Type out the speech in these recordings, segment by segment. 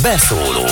Beszóló.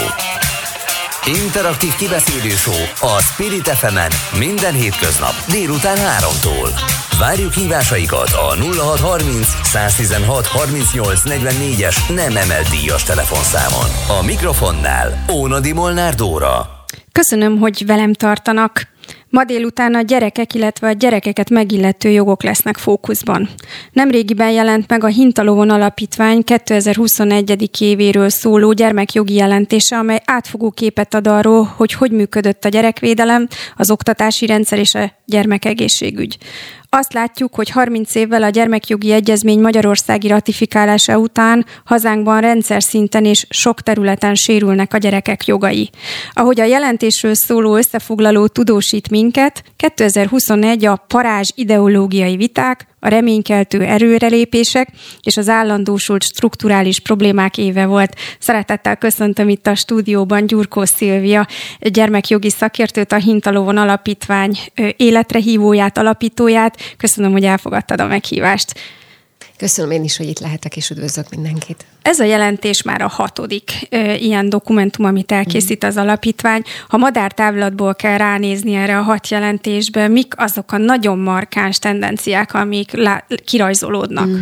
Interaktív kibeszélő show a Spirit FM-en minden hétköznap délután 3-tól. Várjuk hívásaikat a 0630 116 38 44-es nem emelt díjas telefonszámon. A mikrofonnál Ónodi Molnár Dóra. Köszönöm, hogy velem tartanak. Ma délután a gyerekek, illetve a gyerekeket megillető jogok lesznek fókuszban. Nemrégiben jelent meg a Hintalovon Alapítvány 2021. évéről szóló gyermekjogi jelentése, amely átfogó képet ad arról, hogy működött a gyerekvédelem, az oktatási rendszer és a gyermekegészségügy. Azt látjuk, hogy 30 évvel a gyermekjogi egyezmény magyarországi ratifikálása után hazánkban rendszer szinten és sok területen sérülnek a gyerekek jogai. Ahogy a jelentésről szóló összefoglaló tudósít minket, 2021 a parázs ideológiai viták, a reménykeltő erőrelépések és az állandósult strukturális problémák éve volt. Szeretettel köszöntöm itt a stúdióban Gyurkó Szilvia, gyermekjogi szakértőt, a Hintalovon Alapítvány életrehívóját, alapítóját. Köszönöm, hogy elfogadtad a meghívást. Köszönöm én is, hogy itt lehetek, és üdvözlök mindenkit. Ez a jelentés már a 6. ilyen dokumentum, amit elkészít az alapítvány. Ha madártávlatból kell ránézni erre a 6 jelentésbe, mik azok a nagyon markáns tendenciák, amik kirajzolódnak?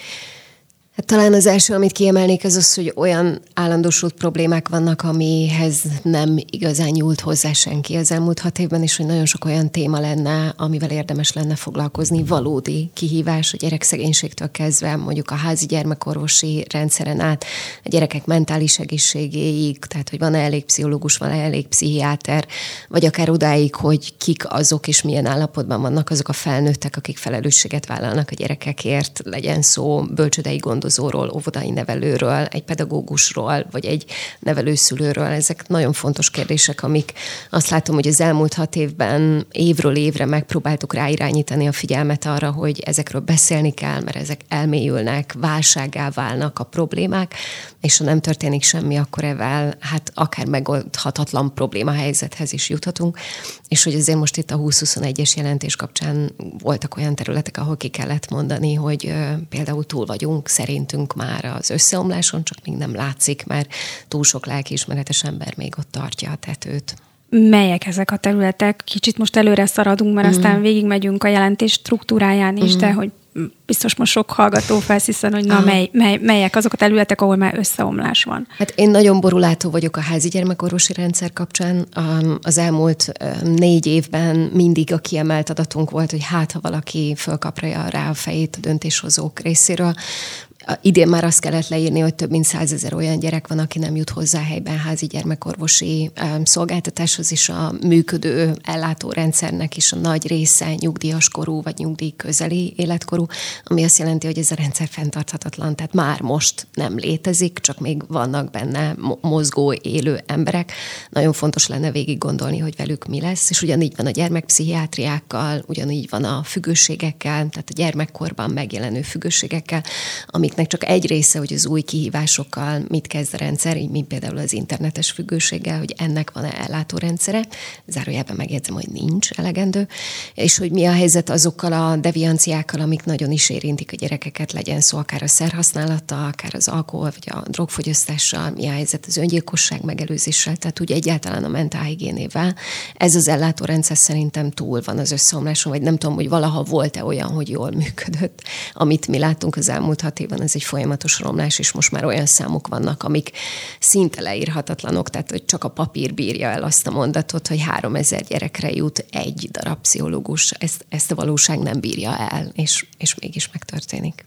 Hát talán az első, amit kiemelnék, az, hogy olyan állandósult problémák vannak, amihez nem igazán nyúlt hozzá senki az elmúlt 6 évben, és hogy nagyon sok olyan téma lenne, amivel érdemes lenne foglalkozni. Valódi kihívás a gyerekszegénységtől kezdve, mondjuk a házi gyermekorvosi rendszeren át, a gyerekek mentális egészségéig, tehát hogy van-e elég pszichológus, van-e elég pszichiáter, vagy akár odáig, hogy kik azok és milyen állapotban vannak azok a felnőttek, akik felelősséget vállalnak a gyerekekért, legyen szó bölcsődei gondozóról, óvodai nevelőről, egy pedagógusról, vagy egy nevelőszülőről. Ezek nagyon fontos kérdések, amik azt látom, hogy az elmúlt 6 évben évről évre megpróbáltuk ráirányítani a figyelmet arra, hogy ezekről beszélni kell, mert ezek elmélyülnek, válsággá válnak a problémák, és ha nem történik semmi, akkor ezzel hát akár megoldhatatlan problémahelyzethez is juthatunk, és hogy azért most itt a 2021-es jelentés kapcsán voltak olyan területek, ahol ki kellett mondani, hogy például túl vagyunk szerintünk már az összeomláson, csak még nem látszik, mert túl sok lelkiismeretes ember még ott tartja a tetőt. Melyek ezek a területek? Kicsit most előre szaradunk, mert aztán végigmegyünk a jelentés struktúráján is, de hogy biztos most sok hallgató felsziszen, hogy melyek azok a területek, ahol már összeomlás van. Hát én nagyon borulátó vagyok a házi gyermekorvosi rendszer kapcsán. Az elmúlt 4 évben mindig a kiemelt adatunk volt, hogy hát, ha valaki fölkapja rá a fejét a döntéshozók részéről. Idén már azt kellett leírni, hogy több mint 100 000 olyan gyerek van, aki nem jut hozzá helyben házi gyermekorvosi szolgáltatáshoz, és a működő ellátórendszernek is a nagy része nyugdíjas korú vagy nyugdíj közeli életkorú, ami azt jelenti, hogy ez a rendszer fenntarthatatlan, tehát már most nem létezik, csak még vannak benne mozgó, élő emberek. Nagyon fontos lenne végig gondolni, hogy velük mi lesz, és ugyanígy van a gyermekpszichiátriákkal, ugyanígy van a függőségekkel, tehát a gyermekkorban megjelenő függőségekkel, amiknek csak egy része, hogy az új kihívásokkal mit kezd a rendszer, így mint például az internetes függőséggel, hogy ennek van-e ellátórendszere. Zárójelben megjegyzem, hogy nincs elegendő, és hogy mi a helyzet azokkal a devianciákkal, amik nagyon is érintik a gyerekeket, legyen szó akár a szerhasználattal, akár az alkohol vagy a drogfogyasztással, mi a helyzet az öngyilkosság megelőzéssel, tehát úgy egyáltalán a mentálhigiénével. Ez az ellátórendszer szerintem túl van az összeomláson, vagy nem tudom, hogy valaha volt-e olyan, hogy jól működött, amit mi láttunk az elmúlt 6 évben, ez egy folyamatos romlás, és most már olyan számok vannak, amik szinte leírhatatlanok, tehát hogy csak a papír bírja el azt a mondatot, hogy 3000 gyerekre jut egy darab pszichológus. Ezt a valóság nem bírja el, és mégis megtörténik.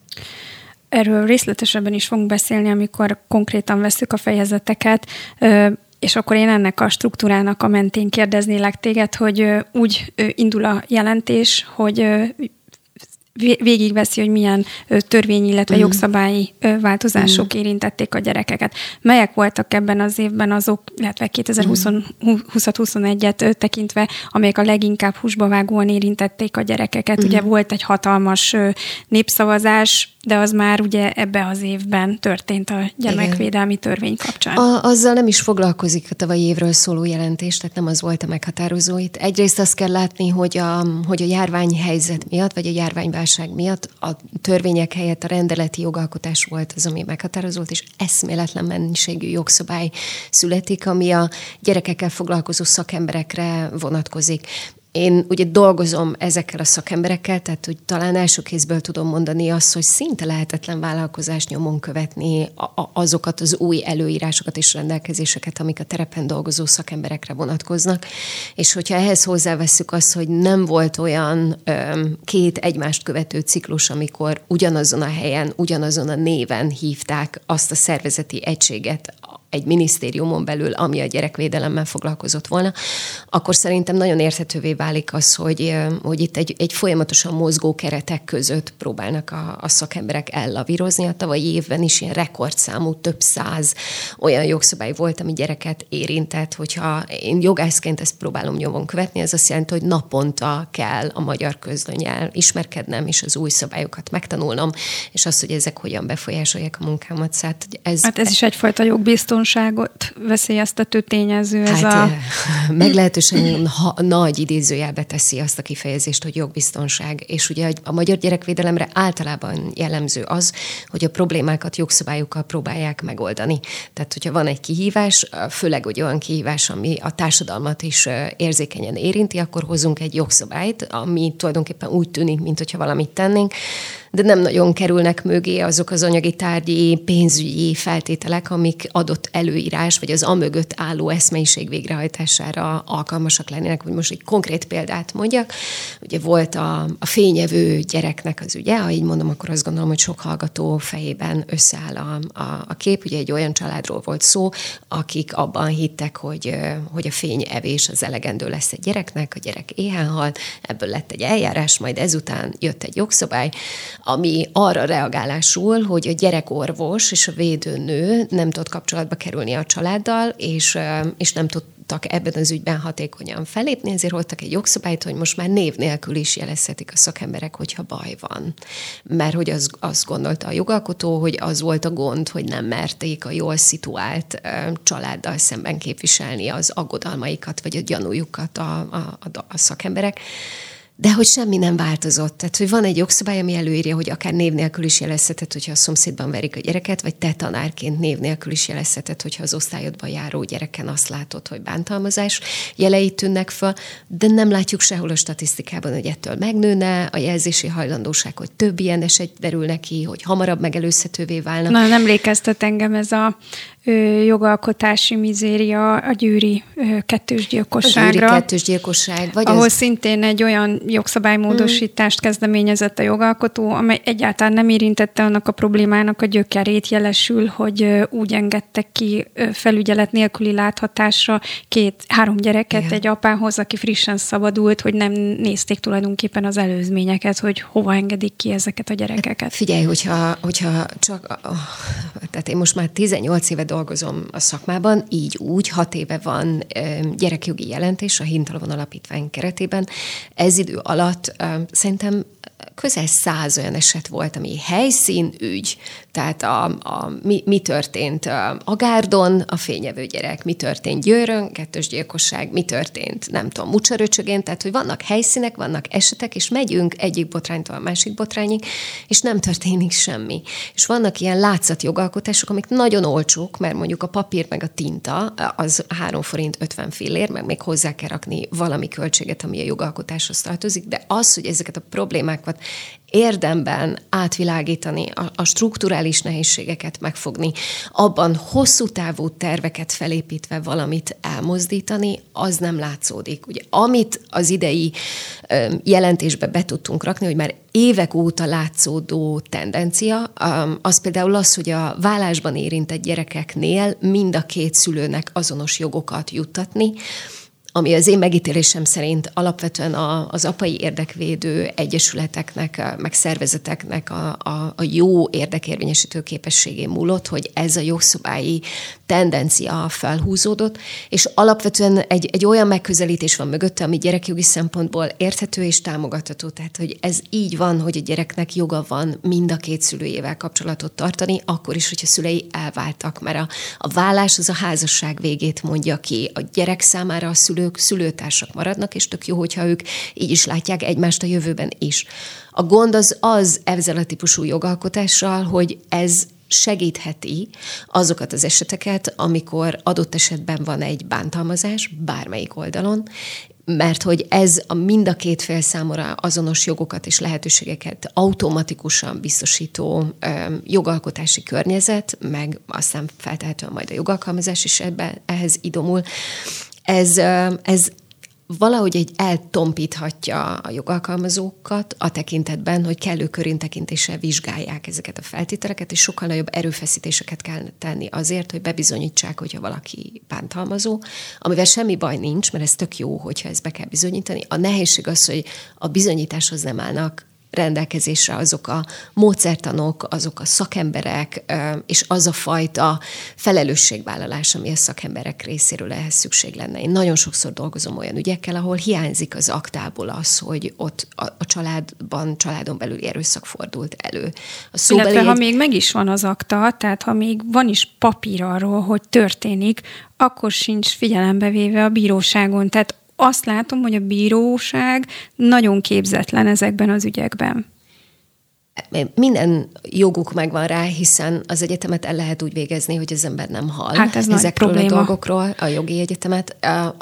Erről részletesebben is fogunk beszélni, amikor konkrétan vesszük a fejezeteket, és akkor én ennek a struktúrának a mentén kérdeznélek téged, hogy úgy indul a jelentés, hogy végigveszi, hogy milyen törvény, illetve jogszabályi változások érintették a gyerekeket. Melyek voltak ebben az évben azok, illetve 2020-21-et tekintve, amelyek a leginkább húsba vágóan érintették a gyerekeket? Ugye volt egy hatalmas népszavazás, de az már ugye ebbe az évben történt a gyermekvédelmi törvény kapcsán. Azzal nem is foglalkozik a tavalyi évről szóló jelentés, tehát nem az volt a meghatározó itt. Egyrészt azt kell látni, hogy a járványhelyzet miatt, vagy a járványválság válság miatt a törvények helyett a rendeleti jogalkotás volt az, ami meghatározott, és eszméletlen mennyiségű jogszabály születik, ami a gyerekekkel foglalkozó szakemberekre vonatkozik. Én ugye dolgozom ezekkel a szakemberekkel, tehát hogy talán első kézből tudom mondani azt, hogy szinte lehetetlen vállalkozást nyomon követni azokat az új előírásokat és rendelkezéseket, amik a terepen dolgozó szakemberekre vonatkoznak. És hogyha ehhez hozzávesszük azt, hogy nem volt olyan két egymást követő ciklus, amikor ugyanazon a helyen, ugyanazon a néven hívták azt a szervezeti egységet egy minisztériumon belül, ami a gyerekvédelemmel foglalkozott volna, akkor szerintem nagyon érthetővé válik az, hogy itt egy folyamatosan mozgó keretek között próbálnak a szakemberek ellavírozni. A tavalyi évben is ilyen rekordszámú, több 100 olyan jogszabály volt, ami gyereket érintett. Hogyha én jogászként ezt próbálom nyomon követni, ez azt jelenti, hogy naponta kell a magyar közlönnyel ismerkednem, és az új szabályokat megtanulnom, és az, hogy ezek hogyan befolyásolják a munkámat. Hát ez is egyfajta jogbiztonságot veszélyeztető tényező. Meglehetősen nagy idézőjelbe teszi azt a kifejezést, hogy jogbiztonság. És ugye a magyar gyerekvédelemre általában jellemző az, hogy a problémákat jogszabályokkal próbálják megoldani. Tehát, hogyha van egy kihívás, főleg olyan kihívás, ami a társadalmat is érzékenyen érinti, akkor hozunk egy jogszabályt, ami tulajdonképpen úgy tűnik, mintha valamit tennénk, de nem nagyon kerülnek mögé azok az anyagi, tárgyi, pénzügyi feltételek, amik adott előírás, vagy az amögött álló eszmeiség végrehajtására alkalmasak lennének. Hogy most egy konkrét példát mondjak, ugye volt a fényevő gyereknek az ügye, ha így mondom, akkor azt gondolom, hogy sok hallgató fejében összeáll a kép. Ugye egy olyan családról volt szó, akik abban hittek, hogy a fényevés az elegendő lesz egy gyereknek, a gyerek éhen halt, ebből lett egy eljárás, majd ezután jött egy jogszabály, ami arra reagálásul, hogy a gyerekorvos és a védőnő nem tudott kapcsolatba kerülni a családdal, és nem tudtak ebben az ügyben hatékonyan fellépni, ezért hoztak egy jogszabályt, hogy most már név nélkül is jelezhetik a szakemberek, hogyha baj van. Mert hogy azt gondolta a jogalkotó, hogy az volt a gond, hogy nem merték a jól szituált családdal szemben képviselni az aggodalmaikat, vagy a gyanújukat a szakemberek. De hogy semmi nem változott. Tehát, hogy van egy jogszabály, ami előírja, hogy akár név nélkül is jelezheted, hogyha a szomszédban verik a gyereket, vagy te tanárként név nélkül is jelezheted, hogyha az osztályodban járó gyereken azt látod, hogy bántalmazás jelei tűnnek fel, de nem látjuk sehol a statisztikában, hogy ettől megnőne a jelzési hajlandóság, hogy több ilyen eset derül neki, hogy hamarabb megelőzhetővé válnak. Na, emlékeztet engem ez a jogalkotási mizéria a győri kettős gyilkosságra. A győri kettős gyilkosság. Ahol szintén egy olyan jogszabálymódosítást kezdeményezett a jogalkotó, amely egyáltalán nem érintette annak a problémának a gyökerét, jelesül, hogy úgy engedtek ki felügyelet nélküli láthatásra 2-3 gyereket igen. egy apához, aki frissen szabadult, hogy nem nézték tulajdonképpen az előzményeket, hogy hova engedik ki ezeket a gyerekeket. Figyelj, hogyha csak... Tehát én most már 18 éve dolgozom a szakmában, így úgy, 6 éve van gyerekjogi jelentés a Hintalovon Alapítvány keretében. Ez idő alatt szerintem közel 100 olyan eset volt, ami helyszínügy, tehát mi történt Agárdon, a fényevő gyerek, mi történt Győrön, kettős gyilkosság, mi történt, nem tudom, Mucsaröcsögén, tehát hogy vannak helyszínek, vannak esetek, és megyünk egyik botránytól a másik botrányig, és nem történik semmi. És vannak ilyen látszatjogalkotások, amik nagyon olcsók, mert mondjuk a papír meg a tinta, az 3 forint 50 fillér, meg még hozzá kell rakni valami költséget, ami a jogalkotáshoz tartozik, de az, hogy ezeket a problémákat érdemben átvilágítani, a strukturális nehézségeket megfogni, abban hosszú távú terveket felépítve valamit elmozdítani, az nem látszódik. Ugye, amit az idei jelentésbe be tudtunk rakni, hogy már évek óta látszódó tendencia, az például az, hogy a vállásban érintett gyerekeknél mind a két szülőnek azonos jogokat juttatni, ami az én megítélésem szerint alapvetően az apai érdekvédő egyesületeknek, meg szervezeteknek a jó érdekérvényesítő képességén múlott, hogy ez a jogszabályi tendencia felhúzódott, és alapvetően egy olyan megközelítés van mögötte, ami gyerekjogi szempontból érthető és támogatható. Tehát, hogy ez így van, hogy a gyereknek joga van mind a két szülőjével kapcsolatot tartani, akkor is, hogyha szülei elváltak, mert a válás az a házasság végét mondja ki. A gyerek számára a szülők szülőtársak maradnak, és tök jó, hogyha ők így is látják egymást a jövőben is. A gond az ezzel a típusú jogalkotással, hogy ez segítheti azokat az eseteket, amikor adott esetben van egy bántalmazás, bármelyik oldalon, mert hogy ez mind a két fél számára azonos jogokat és lehetőségeket automatikusan biztosító jogalkotási környezet, meg aztán feltehetően majd a jogalkalmazás is ehhez idomul. Ez valahogy eltompíthatja a jogalkalmazókat a tekintetben, hogy kellő körintekintéssel vizsgálják ezeket a feltételeket, és sokkal nagyobb erőfeszítéseket kell tenni azért, hogy bebizonyítsák, hogyha valaki bántalmazó, amivel semmi baj nincs, mert ez tök jó, hogyha ezt be kell bizonyítani. A nehézség az, hogy a bizonyításhoz nem állnak rendelkezésre azok a módszertanok, azok a szakemberek, és az a fajta felelősségvállalás, ami a szakemberek részéről ehhez szükség lenne. Én nagyon sokszor dolgozom olyan ügyekkel, ahol hiányzik az aktából az, hogy ott a családon belüli erőszak fordult elő. Illetve ha még meg is van az akta, tehát ha még van is papír arról, hogy történik, akkor sincs figyelembe véve a bíróságon. Tehát azt látom, hogy a bíróság nagyon képzetlen ezekben az ügyekben. Minden joguk megvan rá, hiszen az egyetemet el lehet úgy végezni, hogy az ember nem hall. Hát ez ezekről nagy probléma. A dolgokról, a jogi egyetemet.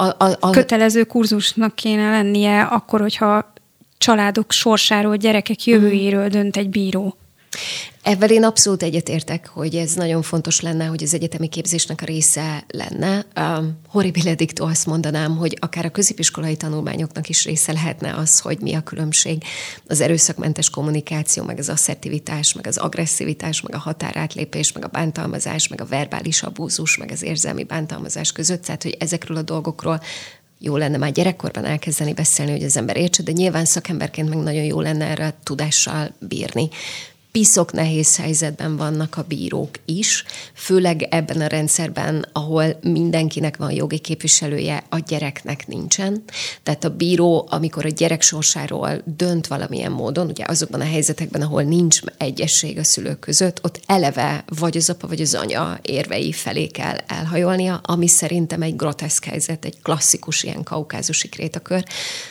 Kötelező kurzusnak kéne lennie akkor, hogyha családok sorsáról, gyerekek jövőjéről dönt egy bíró. Ebben én abszolút egyetértek, hogy ez nagyon fontos lenne, hogy az egyetemi képzésnek a része lenne. Horribile dicto azt mondanám, hogy akár a középiskolai tanulmányoknak is része lehetne az, hogy mi a különbség az erőszakmentes kommunikáció, meg az asszertivitás, meg az agresszivitás, meg a határátlépés, meg a bántalmazás, meg a verbális abúzus, meg az érzelmi bántalmazás között. Tehát, hogy ezekről a dolgokról jó lenne már gyerekkorban elkezdeni beszélni, hogy az ember értse, de nyilván szakemberként meg nagyon jó lenne erre a tudással bírni. Piszok nehéz helyzetben vannak a bírók is, főleg ebben a rendszerben, ahol mindenkinek van jogi képviselője, a gyereknek nincsen. Tehát a bíró, amikor a gyerek sorsáról dönt valamilyen módon, ugye azokban a helyzetekben, ahol nincs egyesség a szülők között, ott eleve vagy az apa, vagy az anya érvei felé kell elhajolnia, ami szerintem egy groteszk helyzet, egy klasszikus ilyen kaukázusi krétakör,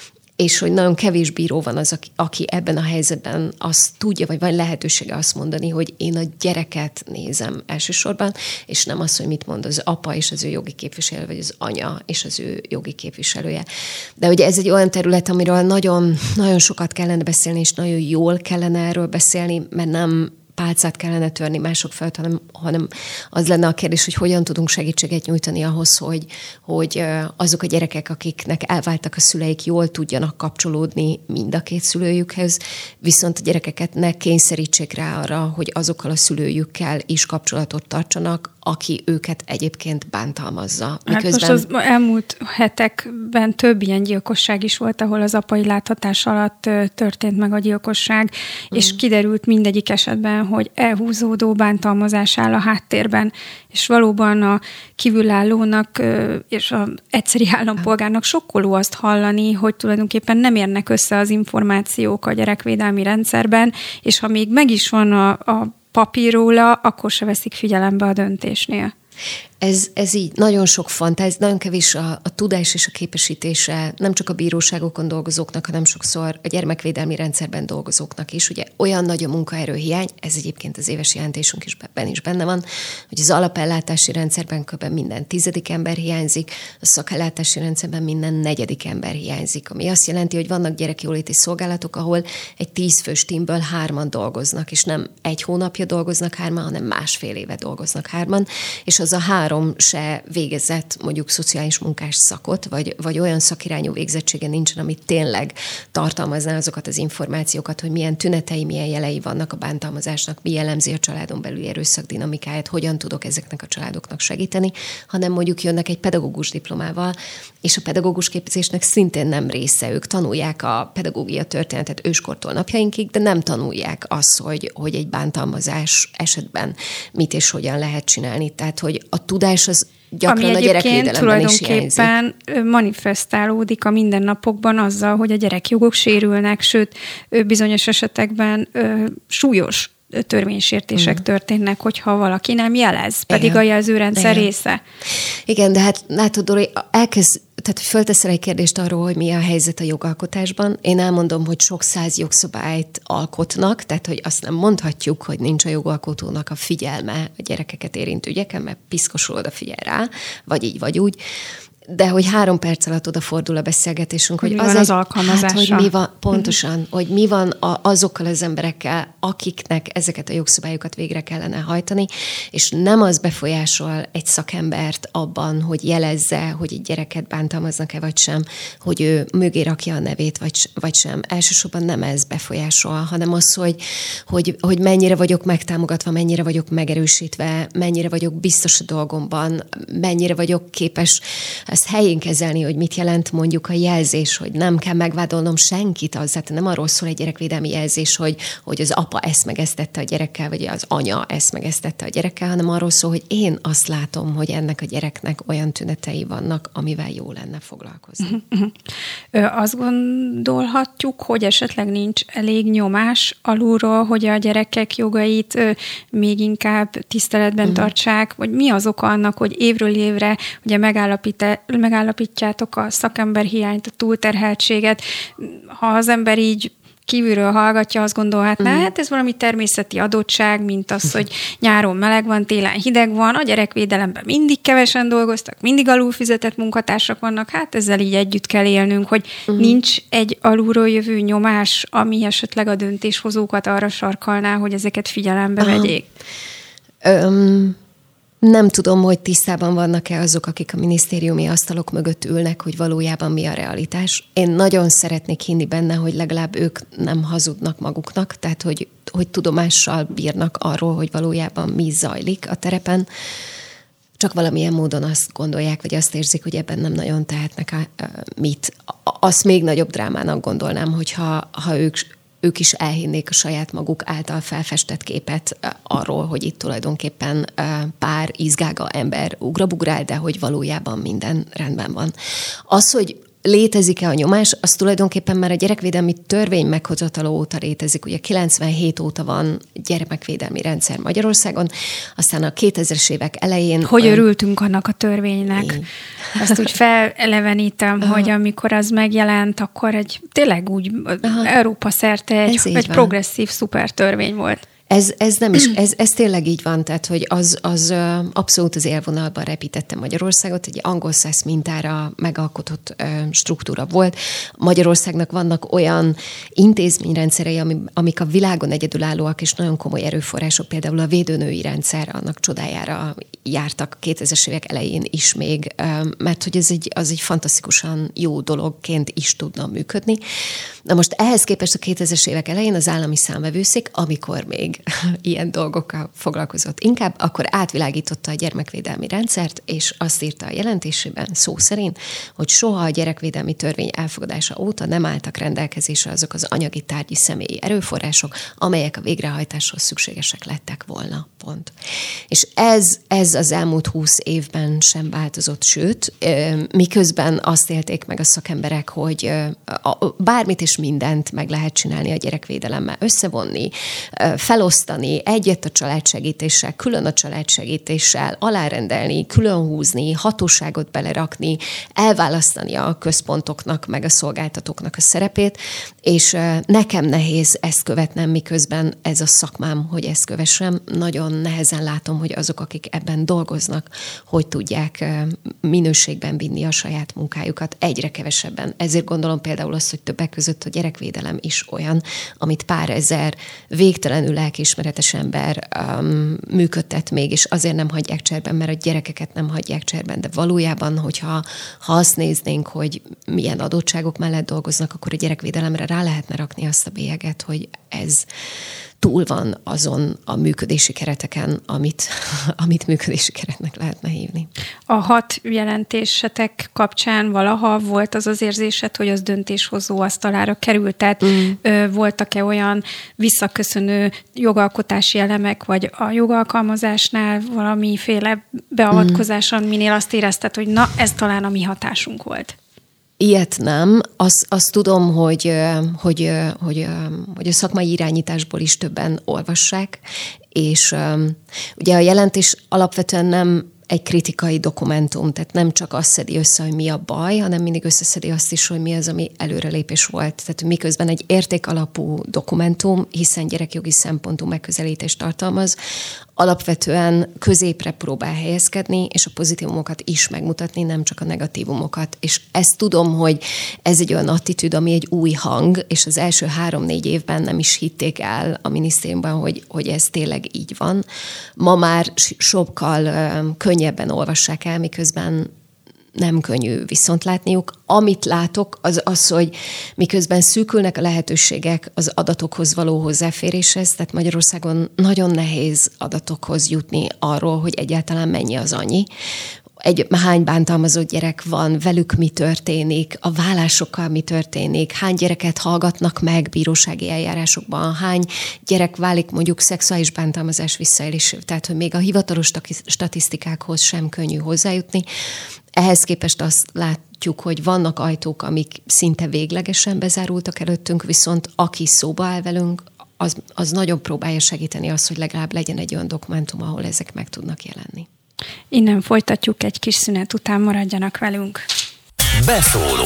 és hogy nagyon kevés bíró van az, aki ebben a helyzetben azt tudja, vagy van lehetősége azt mondani, hogy én a gyereket nézem elsősorban, és nem az, hogy mit mond az apa és az ő jogi képviselő, vagy az anya és az ő jogi képviselője. De ugye ez egy olyan terület, amiről nagyon, nagyon sokat kellene beszélni, és nagyon jól kellene erről beszélni, mert nem pálcát kellene törni mások felett, hanem az lenne a kérdés, hogy hogyan tudunk segítséget nyújtani ahhoz, hogy azok a gyerekek, akiknek elváltak a szüleik, jól tudjanak kapcsolódni mind a két szülőjükhez, viszont a gyerekeket ne kényszerítsék rá arra, hogy azokkal a szülőjükkel is kapcsolatot tartsanak, aki őket egyébként bántalmazza. Miközben... Hát most az elmúlt hetekben több ilyen gyilkosság is volt, ahol az apai láthatás alatt történt meg a gyilkosság, és kiderült mindegyik esetben, hogy elhúzódó bántalmazás áll a háttérben, és valóban a kívülállónak és az egyszeri állampolgárnak sokkoló azt hallani, hogy tulajdonképpen nem érnek össze az információk a gyerekvédelmi rendszerben, és ha még meg is van a papír róla, akkor se veszik figyelembe a döntésnél. Ez így nagyon sok fantázia, nagyon kevés a tudás és a képesítése nem csak a bíróságokon dolgozóknak, hanem sokszor a gyermekvédelmi rendszerben dolgozóknak is. Ugye olyan nagy a munkaerőhiány, ez egyébként az éves jelentésünk is benne van, hogy az alapellátási rendszerben kb. Minden 10. ember hiányzik, a szakellátási rendszerben minden 4. ember hiányzik, ami azt jelenti, hogy vannak gyerekjóléti szolgálatok, ahol egy 10 fős tímből 3-an dolgoznak, és nem 1 hónapja dolgoznak 3-an, hanem másfél éve dolgoznak 3-an, és az a 3 se végezett mondjuk szociális munkás szakot, vagy olyan szakirányú végzettsége nincsen, amit tényleg tartalmazná azokat az információkat, hogy milyen tünetei, milyen jelei vannak a bántalmazásnak, mi jellemzi a családon belüli erőszak dinamikáját, hogyan tudok ezeknek a családoknak segíteni, hanem mondjuk jönnek egy pedagógus diplomával, és a pedagógus képzésnek szintén nem része. Ők tanulják a pedagógia történetet őskortól napjainkig, de nem tanulják azt, hogy egy bántalmazás esetben mit és hogyan lehet csinálni. Tehát, hogy a tudás az gyakran a gyerekvédelemben is hiányzik. Tulajdonképpen manifestálódik a mindennapokban azzal, hogy a gyerekjogok sérülnek, sőt, bizonyos esetekben súlyos törvénysértések történnek, hogyha valaki nem jelez, pedig a jelzőrendszer része. Igen, de hát látod, Dori, tehát fölteszel egy kérdést arról, hogy mi a helyzet a jogalkotásban. Én elmondom, hogy sok száz jogszabályt alkotnak, tehát hogy azt nem mondhatjuk, hogy nincs a jogalkotónak a figyelme a gyerekeket érintő ügyeken, mert piszkosul odafigyel rá, vagy így, vagy úgy. De hogy 3 perc alatt odafordul a beszélgetésünk, hogy az alkalmazása. Hát, hogy mi van, pontosan, hogy mi van azokkal az emberekkel, akiknek ezeket a jogszabályokat végre kellene hajtani, és nem az befolyásol egy szakembert abban, hogy jelezze, hogy egy gyereket bántalmaznak-e vagy sem, hogy ő mögé rakja a nevét vagy sem. Elsősorban nem ez befolyásol, hanem az, hogy mennyire vagyok megtámogatva, mennyire vagyok megerősítve, mennyire vagyok biztos a dolgomban, mennyire vagyok képes ezt helyén kezelni, hogy mit jelent mondjuk a jelzés, hogy nem kell megvádolnom senkit, tehát nem arról szól egy gyerekvédelmi jelzés, hogy az apa ezt meg ezt tette a gyerekkel, vagy az anya ezt meg ezt tette a gyerekkel, hanem arról szól, hogy én azt látom, hogy ennek a gyereknek olyan tünetei vannak, amivel jó lenne foglalkozni. Azt gondolhatjuk, hogy esetleg nincs elég nyomás alulról, hogy a gyerekek jogait még inkább tiszteletben tartsák, vagy mi az oka annak, hogy évről évre ugye megállapítjátok a szakemberhiányt, a túlterheltséget. Ha az ember így kívülről hallgatja, azt gondolhatná, hát ez valami természeti adottság, mint az, hogy nyáron meleg van, télen hideg van, a gyerekvédelemben mindig kevesen dolgoztak, mindig alulfizetett munkatársak vannak, hát ezzel így együtt kell élnünk, hogy nincs egy alulról jövő nyomás, ami esetleg a döntéshozókat arra sarkalná, hogy ezeket figyelembe vegyék. Nem tudom, hogy tisztában vannak-e azok, akik a minisztériumi asztalok mögött ülnek, hogy valójában mi a realitás. Én nagyon szeretnék hinni benne, hogy legalább ők nem hazudnak maguknak, tehát hogy tudomással bírnak arról, hogy valójában mi zajlik a terepen. Csak valamilyen módon azt gondolják, vagy azt érzik, hogy ebben nem nagyon tehetnek mit. Azt még nagyobb drámának gondolnám, hogyha ők is elhinnék a saját maguk által felfestett képet arról, hogy itt tulajdonképpen pár izgága ember ugrabugrál, de hogy valójában minden rendben van. Az, hogy létezik-e a nyomás, az tulajdonképpen már a gyerekvédelmi törvény meghozatala óta létezik. Ugye 97 óta van gyermekvédelmi rendszer Magyarországon, aztán a 2000-es évek elején... Hogy örültünk annak a törvénynek. Azt úgy felelevenítem, hogy amikor az megjelent, akkor tényleg úgy Európa szerte egy progresszív szuper törvény volt. Ez nem is, ez tényleg így van, tehát hogy az abszolút az élvonalban repítette Magyarországot, egy angol-szász mintára megalkotott struktúra volt. Magyarországnak vannak olyan intézményrendszerei, amik a világon egyedülállóak, és nagyon komoly erőforrások, például a védőnői rendszer, annak csodájára jártak 2000-es évek elején is még, mert hogy az egy fantasztikusan jó dologként is tudna működni. Na most ehhez képest a 2000-es évek elején az állami számvevőszék, amikor még ilyen dolgokkal foglalkozott inkább, akkor átvilágította a gyermekvédelmi rendszert, és azt írta a jelentésében szó szerint, hogy soha a gyerekvédelmi törvény elfogadása óta nem álltak rendelkezésre azok az anyagi, tárgyi, személyi erőforrások, amelyek a végrehajtáshoz szükségesek lettek volna. Pont. És ez az elmúlt 20 évben sem változott, sőt, miközben azt élték meg a szakemberek, hogy bármit és mindent meg lehet csinálni a gyerekvédelemmel, összevonni, felosztani, egyet a családsegítéssel, külön a családsegítéssel, alárendelni, külön húzni, hatóságot belerakni, elválasztani a központoknak, meg a szolgáltatóknak a szerepét, és nekem nehéz ezt követnem, miközben ez a szakmám, hogy ezt kövessem. Nagyon nehezen látom, hogy azok, akik ebben dolgoznak, hogy tudják minőségben vinni a saját munkájukat egyre kevesebben. Ezért gondolom például azt, hogy többek között a gyerekvédelem is olyan, amit pár ezer végtelenül lelkiismeretes ember működtet még, és azért nem hagyják cserben, mert a gyerekeket nem hagyják cserben, de valójában, hogyha azt néznénk, hogy milyen adottságok mellett dolgoznak, akkor a gyerekvédelemre rá lehetne rakni azt a bélyeget, hogy ez túl van azon a működési kereteken, amit működési keretnek lehetne hívni. A 6 jelentésetek kapcsán valaha volt az érzésed, hogy az döntéshozó asztalára került? Tehát voltak-e olyan visszaköszönő jogalkotási elemek, vagy a jogalkalmazásnál valamiféle beavatkozáson, minél azt érezted, hogy na, ez talán a mi hatásunk volt? Ilyet nem. Azt tudom, hogy a szakmai irányításból is többen olvassák, és ugye a jelentés alapvetően nem egy kritikai dokumentum, tehát nem csak azt szedi össze, hogy mi a baj, hanem mindig összeszedi azt is, hogy mi az, ami előrelépés volt. Tehát miközben egy értékalapú dokumentum, hiszen gyerekjogi szempontú megközelítést tartalmaz, alapvetően középre próbál helyezkedni, és a pozitívumokat is megmutatni, nem csak a negatívumokat. És ezt tudom, hogy ez egy olyan attitűd, ami egy új hang, és az első 3-4 évben nem is hitték el a minisztériumban, hogy ez tényleg így van. Ma már sokkal könnyebben olvassák el, miközben nem könnyű viszont látniuk. Amit látok, az, hogy miközben szűkülnek a lehetőségek az adatokhoz való hozzáféréshez, tehát Magyarországon nagyon nehéz adatokhoz jutni arról, hogy egyáltalán mennyi az annyi. Hány bántalmazott gyerek van, velük mi történik, a vállásokkal mi történik, hány gyereket hallgatnak meg bírósági eljárásokban, hány gyerek válik mondjuk szexuális bántalmazás visszaélésű, tehát hogy még a hivatalos statisztikákhoz sem könnyű hozzájutni. Ehhez képest azt látjuk, hogy vannak ajtók, amik szinte véglegesen bezárultak előttünk, viszont aki szóba áll velünk, az nagyon próbálja segíteni azt, hogy legalább legyen egy olyan dokumentum, ahol ezek meg tudnak jelenni. Innen folytatjuk, egy kis szünet után, maradjanak velünk. Beszóló.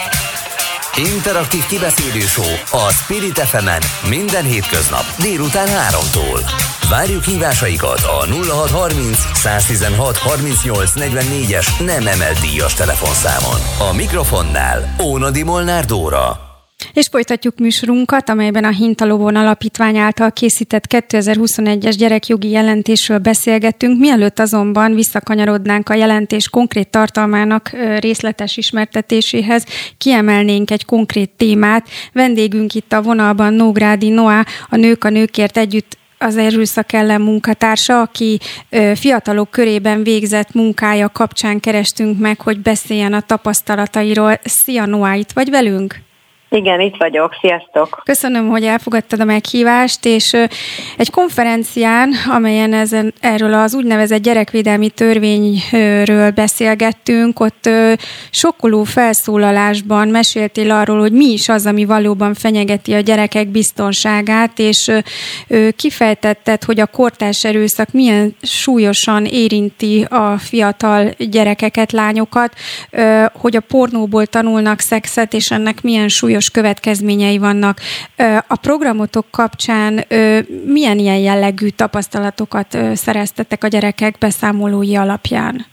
Interaktív kibeszélő show a Spirit FM-en minden hétköznap délután 3-tól. Várjuk hívásaikat a 0630 116 38 44-es nem emelt díjas telefonszámon. A mikrofonnál Ónodi Molnár Dóra. És folytatjuk műsorunkat, amelyben a Hintalovon Alapítvány által készített 2021-es gyerekjogi jelentésről beszélgettünk. Mielőtt azonban visszakanyarodnánk a jelentés konkrét tartalmának részletes ismertetéséhez, kiemelnénk egy konkrét témát. Vendégünk itt a vonalban Nógrádi Noá, a Nők a Nőkért Együtt az erőszak ellen munkatársa, aki fiatalok körében végzett munkája kapcsán kerestünk meg, hogy beszéljen a tapasztalatairól. Szia Noá, itt vagy velünk? Igen, itt vagyok. Sziasztok! Köszönöm, hogy elfogadtad a meghívást, és egy konferencián, amelyen erről az úgynevezett gyerekvédelmi törvényről beszélgettünk, ott sokkoló felszólalásban meséltél arról, hogy mi is az, ami valóban fenyegeti a gyerekek biztonságát, és kifejtetted, hogy a kortárs erőszak milyen súlyosan érinti a fiatal gyerekeket, lányokat, hogy a pornóból tanulnak szexet, és ennek milyen súlyos következményei vannak. A programotok kapcsán milyen ilyen jellegű tapasztalatokat szereztetek a gyerekek beszámolói alapján?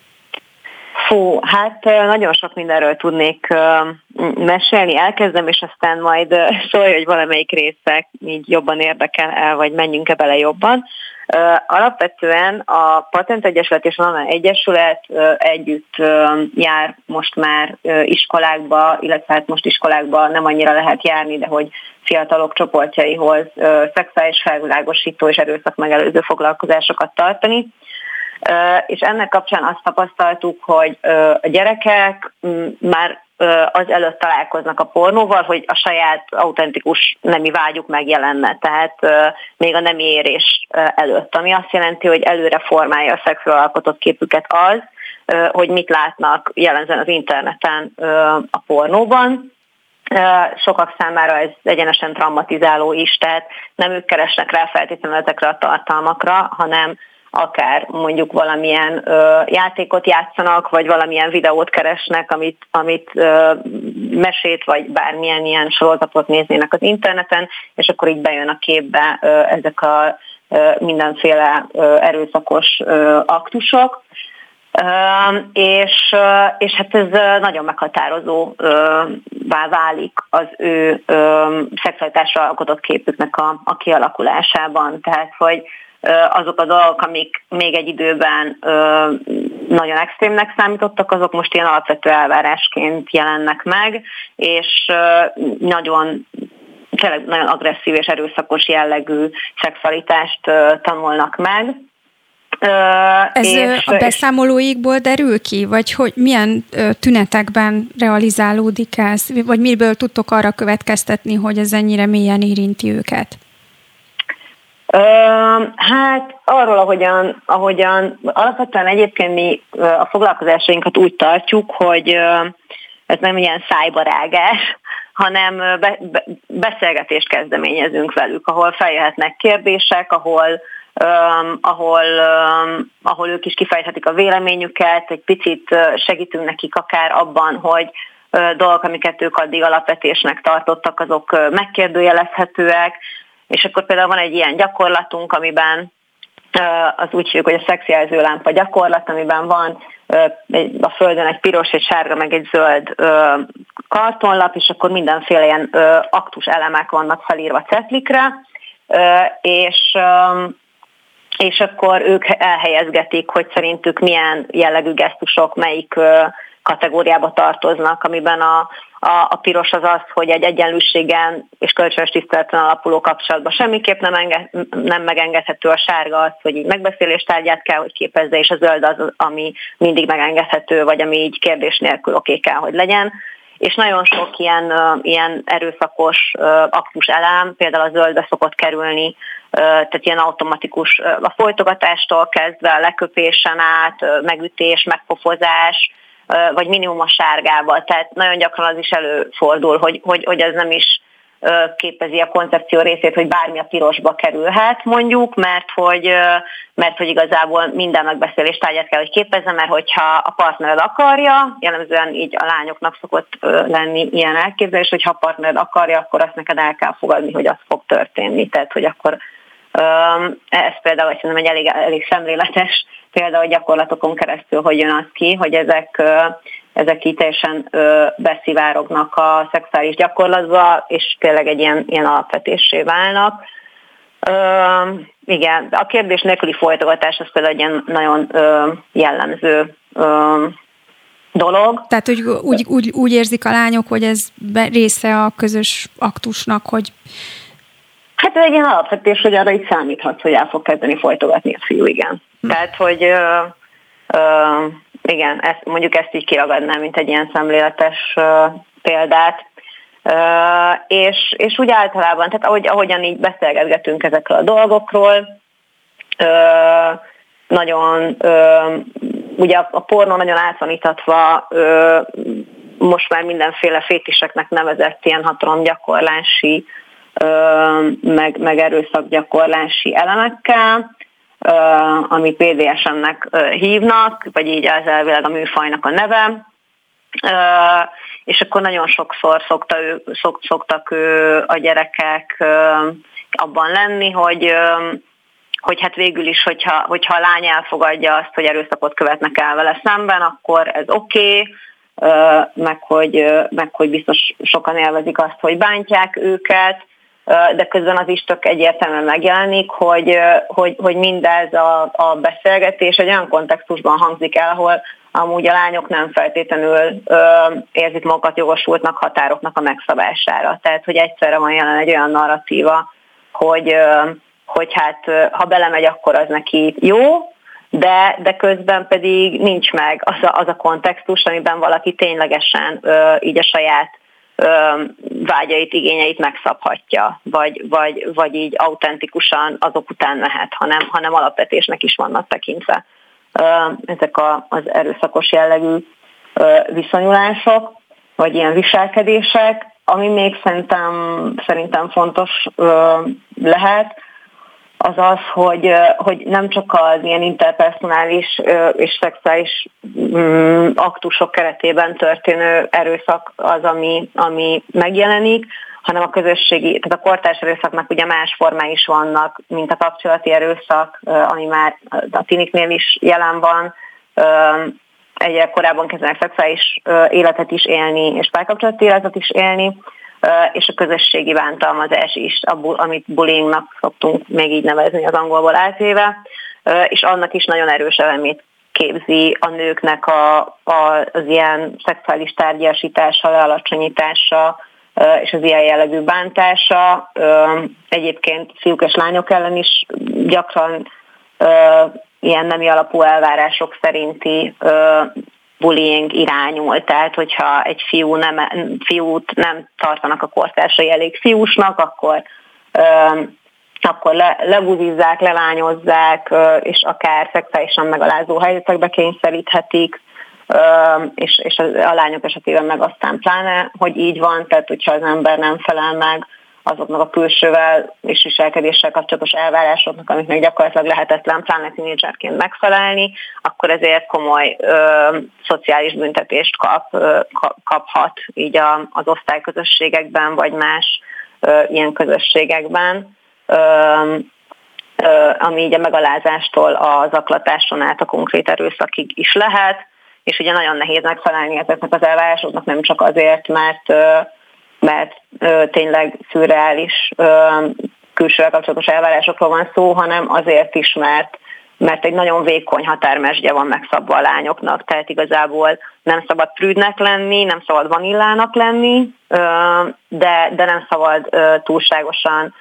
Hát nagyon sok mindenről tudnék mesélni, elkezdem, és aztán majd szólj, hogy valamelyik része így jobban érdekel, vagy menjünk-e bele jobban. Alapvetően a Patent Egyesület és a NANA Egyesület együtt jár most már iskolákba, illetve hát most iskolákba nem annyira lehet járni, de hogy fiatalok csoportjaihoz szexuális felvilágosító és erőszak megelőző foglalkozásokat tartani. És ennek kapcsán azt tapasztaltuk, hogy a gyerekek már az előtt találkoznak a pornóval, hogy a saját autentikus nemi vágyuk megjelenne, tehát még a nemi érés előtt, ami azt jelenti, hogy előre formálja a szexről alkotott képüket az, hogy mit látnak jelenzen az interneten a pornóban. Sokak számára ez egyenesen traumatizáló is, tehát nem ők keresnek rá feltétlenül ezekre a tartalmakra, hanem akár mondjuk valamilyen játékot játszanak, vagy valamilyen videót keresnek, amit mesét, vagy bármilyen ilyen sorozatot néznének az interneten, és akkor így bejön a képbe ezek a mindenféle erőszakos aktusok. És hát ez nagyon meghatározóvá válik az ő szexualitásra alkotott képüknek a kialakulásában. Tehát, hogy azok a dolgok, amik még egy időben nagyon extrémnek számítottak, azok most ilyen alapvető elvárásként jelennek meg, és nagyon tényleg nagyon agresszív és erőszakos jellegű szexualitást tanulnak meg. Ez a beszámolóikból derül ki? Vagy hogy milyen tünetekben realizálódik ez? Vagy miből tudtok arra következtetni, hogy ez ennyire mélyen érinti őket? Hát arról, ahogyan alapvetően egyébként mi a foglalkozásainkat úgy tartjuk, hogy ez nem ilyen szájbarágás, hanem beszélgetést kezdeményezünk velük, ahol feljöhetnek kérdések, ahol ők is kifejthetik a véleményüket, egy picit segítünk nekik akár abban, hogy dolgok, amiket ők addig alapvetésnek tartottak, azok megkérdőjelezhetőek, és akkor például van egy ilyen gyakorlatunk, amiben az úgy hívjuk, hogy a szexjelző lámpa gyakorlat, amiben van a földön egy piros, egy sárga, meg egy zöld kartonlap, és akkor mindenféle ilyen aktus elemek vannak felírva cetlikre, és akkor ők elhelyezgetik, hogy szerintük milyen jellegű gesztusok, melyik kategóriába tartoznak, amiben a piros az az, hogy egy egyenlőségen és kölcsönös tiszteleten alapuló kapcsolatban semmiképp nem megengedhető, a sárga az, hogy így megbeszélés tárgyát kell, hogy képezze, és a zöld az, ami mindig megengedhető, vagy ami így kérdés nélkül oké kell, hogy legyen. És nagyon sok ilyen erőszakos aktus elem, például a zöldbe szokott kerülni, tehát ilyen automatikus a folytogatástól kezdve a leköpésen át, megütés, megpofozás, vagy minimum a sárgával. Tehát nagyon gyakran az is előfordul, hogy ez nem is képezi a koncepció részét, hogy bármi a pirosba kerülhet, mondjuk, mert hogy igazából minden megbeszélés tárgyát kell, hogy képezze, mert hogyha a partnered akarja, jellemzően így a lányoknak szokott lenni ilyen elképzelés, hogy ha a partnered akarja, akkor azt neked el kell fogadni, hogy az fog történni. Tehát, hogy akkor ez például szerintem egy elég szemléletes például gyakorlatokon keresztül, hogy jön az ki, hogy ezek így teljesen beszivárognak a szexuális gyakorlatba, és tényleg egy ilyen alapvetésé válnak. Igen, a kérdés nélküli folytogatás az például egy ilyen nagyon jellemző dolog. Tehát, hogy úgy érzik a lányok, hogy ez része a közös aktusnak, hogy... Hát ez egy ilyen alapvetés, hogy arra így számíthatsz, hogy el fog kezdeni folytogatni a fiú, igen. Tehát, hogy igen, mondjuk ezt így kiragadnám, mint egy ilyen szemléletes példát. És úgy általában, tehát ahogyan így beszélgetgetünk ezekről a dolgokról, nagyon, ugye a pornó nagyon át van itatva, most már mindenféle fétiseknek nevezett ilyen hatalomgyakorlási, meg erőszakgyakorlási elemekkel, ami BDSM-nek hívnak, vagy így az elvileg a műfajnak a neve, és akkor nagyon sokszor szoktak a gyerekek abban lenni, hogy hát végül is, hogyha a lány elfogadja azt, hogy erőszakot követnek el vele szemben, akkor ez oké, meg hogy biztos sokan élvezik azt, hogy bántják őket, de közben az is tök egyértelműen megjelenik, hogy mindez a beszélgetés egy olyan kontextusban hangzik el, ahol amúgy a lányok nem feltétlenül érzik magukat jogosultnak határoknak a megszabására. Tehát, hogy egyszerre van jelen egy olyan narratíva, hogy hát ha belemegy, akkor az neki jó, de közben pedig nincs meg az a kontextus, amiben valaki ténylegesen így a saját vágyait, igényeit megszabhatja, vagy így autentikusan azok után mehet, hanem alapvetésnek is vannak tekintve ezek az erőszakos jellegű viszonyulások, vagy ilyen viselkedések. Ami még szerintem fontos lehet, az az, hogy nem csak az ilyen interpersonális és szexuális aktusok keretében történő erőszak az, ami megjelenik, hanem a közösségi, tehát a kortárs erőszaknak ugye más formái is vannak, mint a kapcsolati erőszak, ami már a tiniknél is jelen van, egyre korábban kezdenek szexuális életet is élni, és párkapcsolati életet is élni, és a közösségi bántalmazás is, amit bullyingnak szoktunk még így nevezni az angolból átvéve, és annak is nagyon erős elemét képzi a nőknek az ilyen szexuális tárgyasítása, lealacsonyítása, és az ilyen jellegű bántása. Egyébként fiúk és lányok ellen is gyakran ilyen nemi alapú elvárások szerinti bullying irányul. Tehát, hogyha egy fiút nem tartanak a kortársai elég fiúsnak, akkor lebuzizzák, lelányozzák, és akár szexuálisan megalázó helyzetekbe kényszeríthetik, és a lányok esetében meg aztán pláne, hogy így van, tehát hogyha az ember nem felel meg azoknak a külsővel és viselkedéssel kapcsolatos elvárásoknak, amiknek gyakorlatilag lehetetlen pláne tínédzserként megfelelni, akkor ezért komoly szociális büntetést kaphat így az osztályközösségekben, vagy más ilyen közösségekben, ami így a megalázástól a zaklatáson át a konkrét erőszakig is lehet, és ugye nagyon nehéz megfelelni ezeknek az elvárásoknak, nem csak azért, mert tényleg szürreális külsővel kapcsolatos elvárásokról van szó, hanem azért is, mert egy nagyon vékony határmesdje van megszabva a lányoknak, tehát igazából nem szabad prűdnek lenni, nem szabad vanillának lenni, de nem szabad túlságosan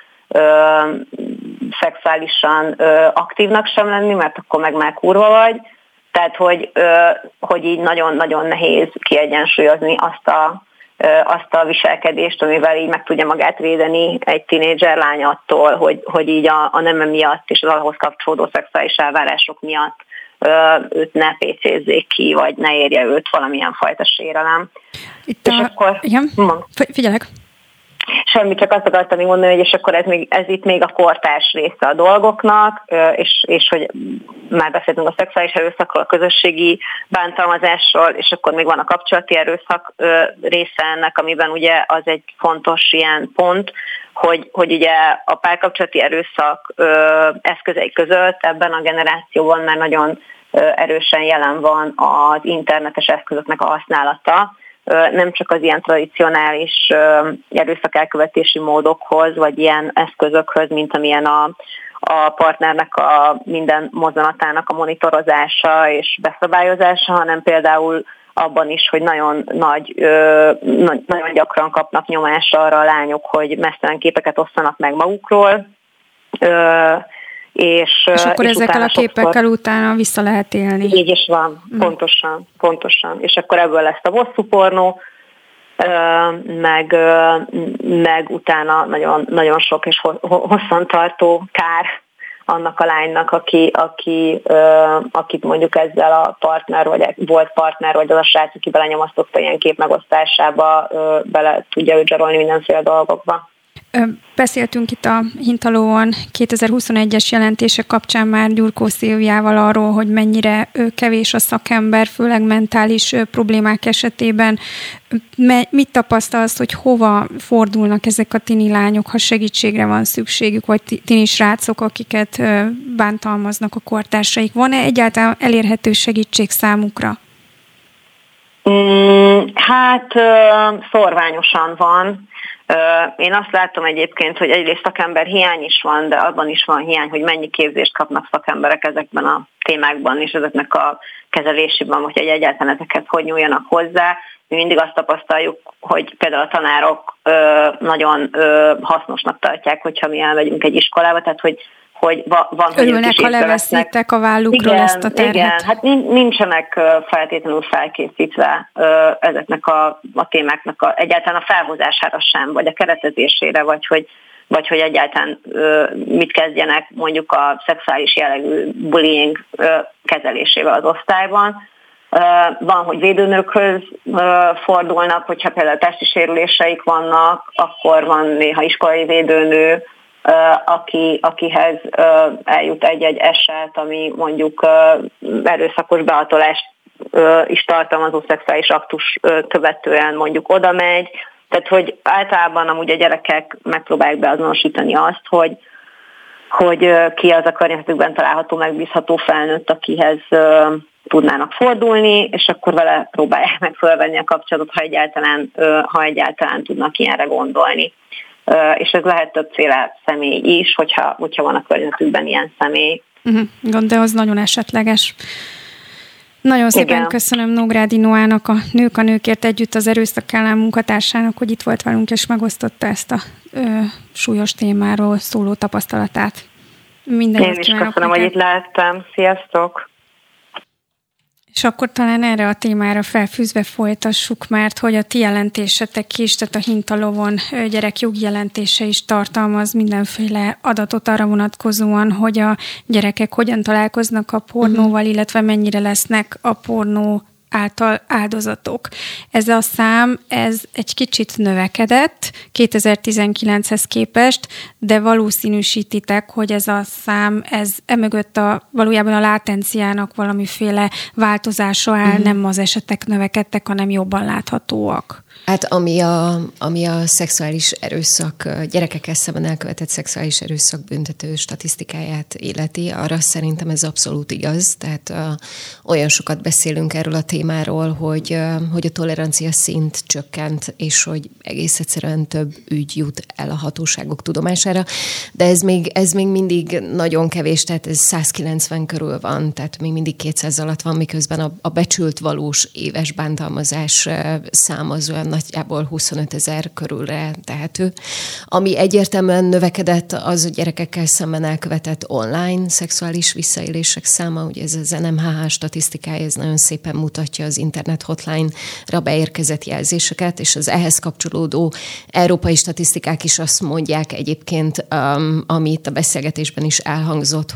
szexuálisan aktívnak sem lenni, mert akkor meg már kurva vagy. Tehát, hogy így nagyon-nagyon nehéz kiegyensúlyozni azt a viselkedést, amivel így meg tudja magát védeni egy tínédzser lány attól, hogy így a neme miatt és az ahhoz kapcsolódó szexuális elvárások miatt őt ne pécézzék ki, vagy ne érje őt valamilyen fajta sérelem. Igen, figyelek. Semmi, csak azt akartam mondani, hogy és akkor ez itt még a kortárs része a dolgoknak, és hogy már beszéltünk a szexuális erőszakról, a közösségi bántalmazásról, és akkor még van a kapcsolati erőszak része ennek, amiben ugye az egy fontos ilyen pont, hogy ugye a párkapcsolati erőszak eszközei között ebben a generációban már nagyon erősen jelen van az internetes eszközöknek a használata, nem csak az ilyen tradicionális erőszak elkövetési módokhoz, vagy ilyen eszközökhöz, mint amilyen a partnernek a minden mozzanatának a monitorozása és beszabályozása, hanem például abban is, hogy nagyon nagyon gyakran kapnak nyomást arra a lányok, hogy mesztelen képeket osszanak meg magukról, és akkor ezekkel a képekkel utána vissza lehet élni. Így is van, pontosan. És akkor ebből lesz a bosszúpornó, meg utána nagyon, nagyon sok és hosszantartó kár annak a lánynak, akit mondjuk ezzel a partner, vagy volt partner, vagy az a srác, aki belenyomasztotta ilyen kép megosztásába, bele tudja őt zsarolni mindenféle dolgokba. Beszéltünk itt a Hintalóan 2021-es jelentése kapcsán már Gyurkó Szilviával arról, hogy mennyire kevés a szakember, főleg mentális problémák esetében. Mit tapasztalsz, hogy hova fordulnak ezek a tini lányok, ha segítségre van szükségük, vagy tini srácok, akiket bántalmaznak a kortársaik? Van-e egyáltalán elérhető segítség számukra? Hát szorványosan van. Én azt látom egyébként, hogy egyrészt szakember hiány is van, de abban is van hiány, hogy mennyi képzést kapnak szakemberek ezekben a témákban és ezeknek a kezelésében, hogy egyáltalán ezeket hogy nyúljanak hozzá. Mi mindig azt tapasztaljuk, hogy például a tanárok nagyon hasznosnak tartják, hogyha mi elmegyünk egy iskolába, tehát hogy van, örülnek, ha leveszítek a vállukról ezt a terhet. Igen, hát nincsenek feltétlenül felkészítve ezeknek a témáknak egyáltalán a felhozására sem, vagy a keretezésére, vagy hogy egyáltalán mit kezdjenek mondjuk a szexuális jellegű bullying kezelésével az osztályban. Van, hogy védőnőkhöz fordulnak, hogyha például testi sérüléseik vannak, akkor van néha iskolai védőnő, akihez eljut egy-egy eset, ami mondjuk erőszakos behatolást is tartalmazó szexuális aktus követően mondjuk oda megy. Tehát, hogy általában amúgy a gyerekek megpróbálják beazonosítani azt, hogy ki az a környezetükben található, megbízható felnőtt, akihez tudnának fordulni, és akkor vele próbálják meg fölvenni a kapcsolatot, ha egyáltalán tudnak ilyenre gondolni. És ez lehet többféle személy is, hogyha van a környezetükben ilyen személy. De az nagyon esetleges. Nagyon szépen köszönöm Nógrádi Noának, a Nők a Nőkért Együtt az Erőszak ellen munkatársának, hogy itt volt velünk és megosztotta ezt a súlyos témáról szóló tapasztalatát. Én is köszönöm, hogy itt lehettem. Sziasztok! És akkor talán erre a témára felfűzve folytassuk, mert hogy a ti jelentésetek is, tehát a Hintalovon gyerekjogi jelentése is tartalmaz mindenféle adatot arra vonatkozóan, hogy a gyerekek hogyan találkoznak a pornóval, illetve mennyire lesznek a pornó által áldozatok. Ez a szám, ez egy kicsit növekedett 2019-hez képest, de valószínűsítitek, hogy ez a szám, ez emögött valójában a látenciának valamiféle változása áll, nem az esetek növekedtek, hanem jobban láthatóak. Hát ami a szexuális erőszak, gyerekekkel szemben elkövetett szexuális erőszak büntető statisztikáját illeti, arra szerintem ez abszolút igaz. Tehát olyan sokat beszélünk erről a témáról, hogy a tolerancia szint csökkent, és hogy egész egyszerűen több ügy jut el a hatóságok tudomására. De ez még mindig nagyon kevés, tehát ez 190 körül van, tehát még mindig 200 alatt van, miközben a becsült valós éves bántalmazás szám az olyan nagyjából 25 000 körülre tehető. Ami egyértelműen növekedett, az a gyerekekkel szemben elkövetett online szexuális visszaélések száma. Ugye ez az NMHH statisztikája, ez nagyon szépen mutatja az internet hotline-ra beérkezett jelzéseket, és az ehhez kapcsolódó európai statisztikák is azt mondják egyébként, ami itt a beszélgetésben is elhangzott,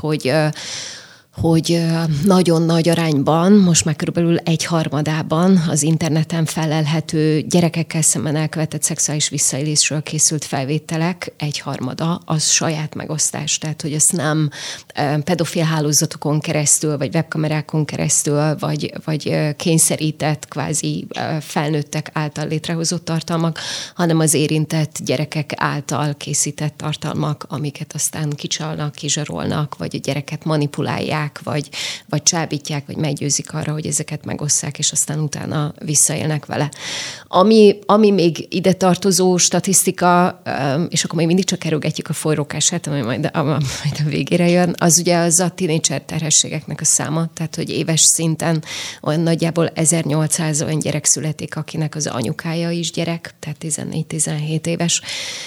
hogy nagyon nagy arányban, most már körülbelül 1/3 az interneten felelhető gyerekekkel szemben elkövetett szexuális visszaélésről készült felvételek 1/3 az saját megosztás. Tehát, hogy ezt nem pedofil hálózatokon keresztül, vagy webkamerákon keresztül, vagy kényszerített, kvázi felnőttek által létrehozott tartalmak, hanem az érintett gyerekek által készített tartalmak, amiket aztán kicsalnak, kizsarolnak, vagy a gyereket manipulálják, vagy csábítják, vagy meggyőzik arra, hogy ezeket megosszák, és aztán utána visszaélnek vele. Ami még ide tartozó statisztika, és akkor még mindig csak kerülgetjük a forrókását, ami majd a végére jön, az ugye az a tínédzser terhességeknek a száma, tehát hogy éves szinten olyan nagyjából 1800 olyan gyerek születik, akinek az anyukája is gyerek, tehát 14-17 éves,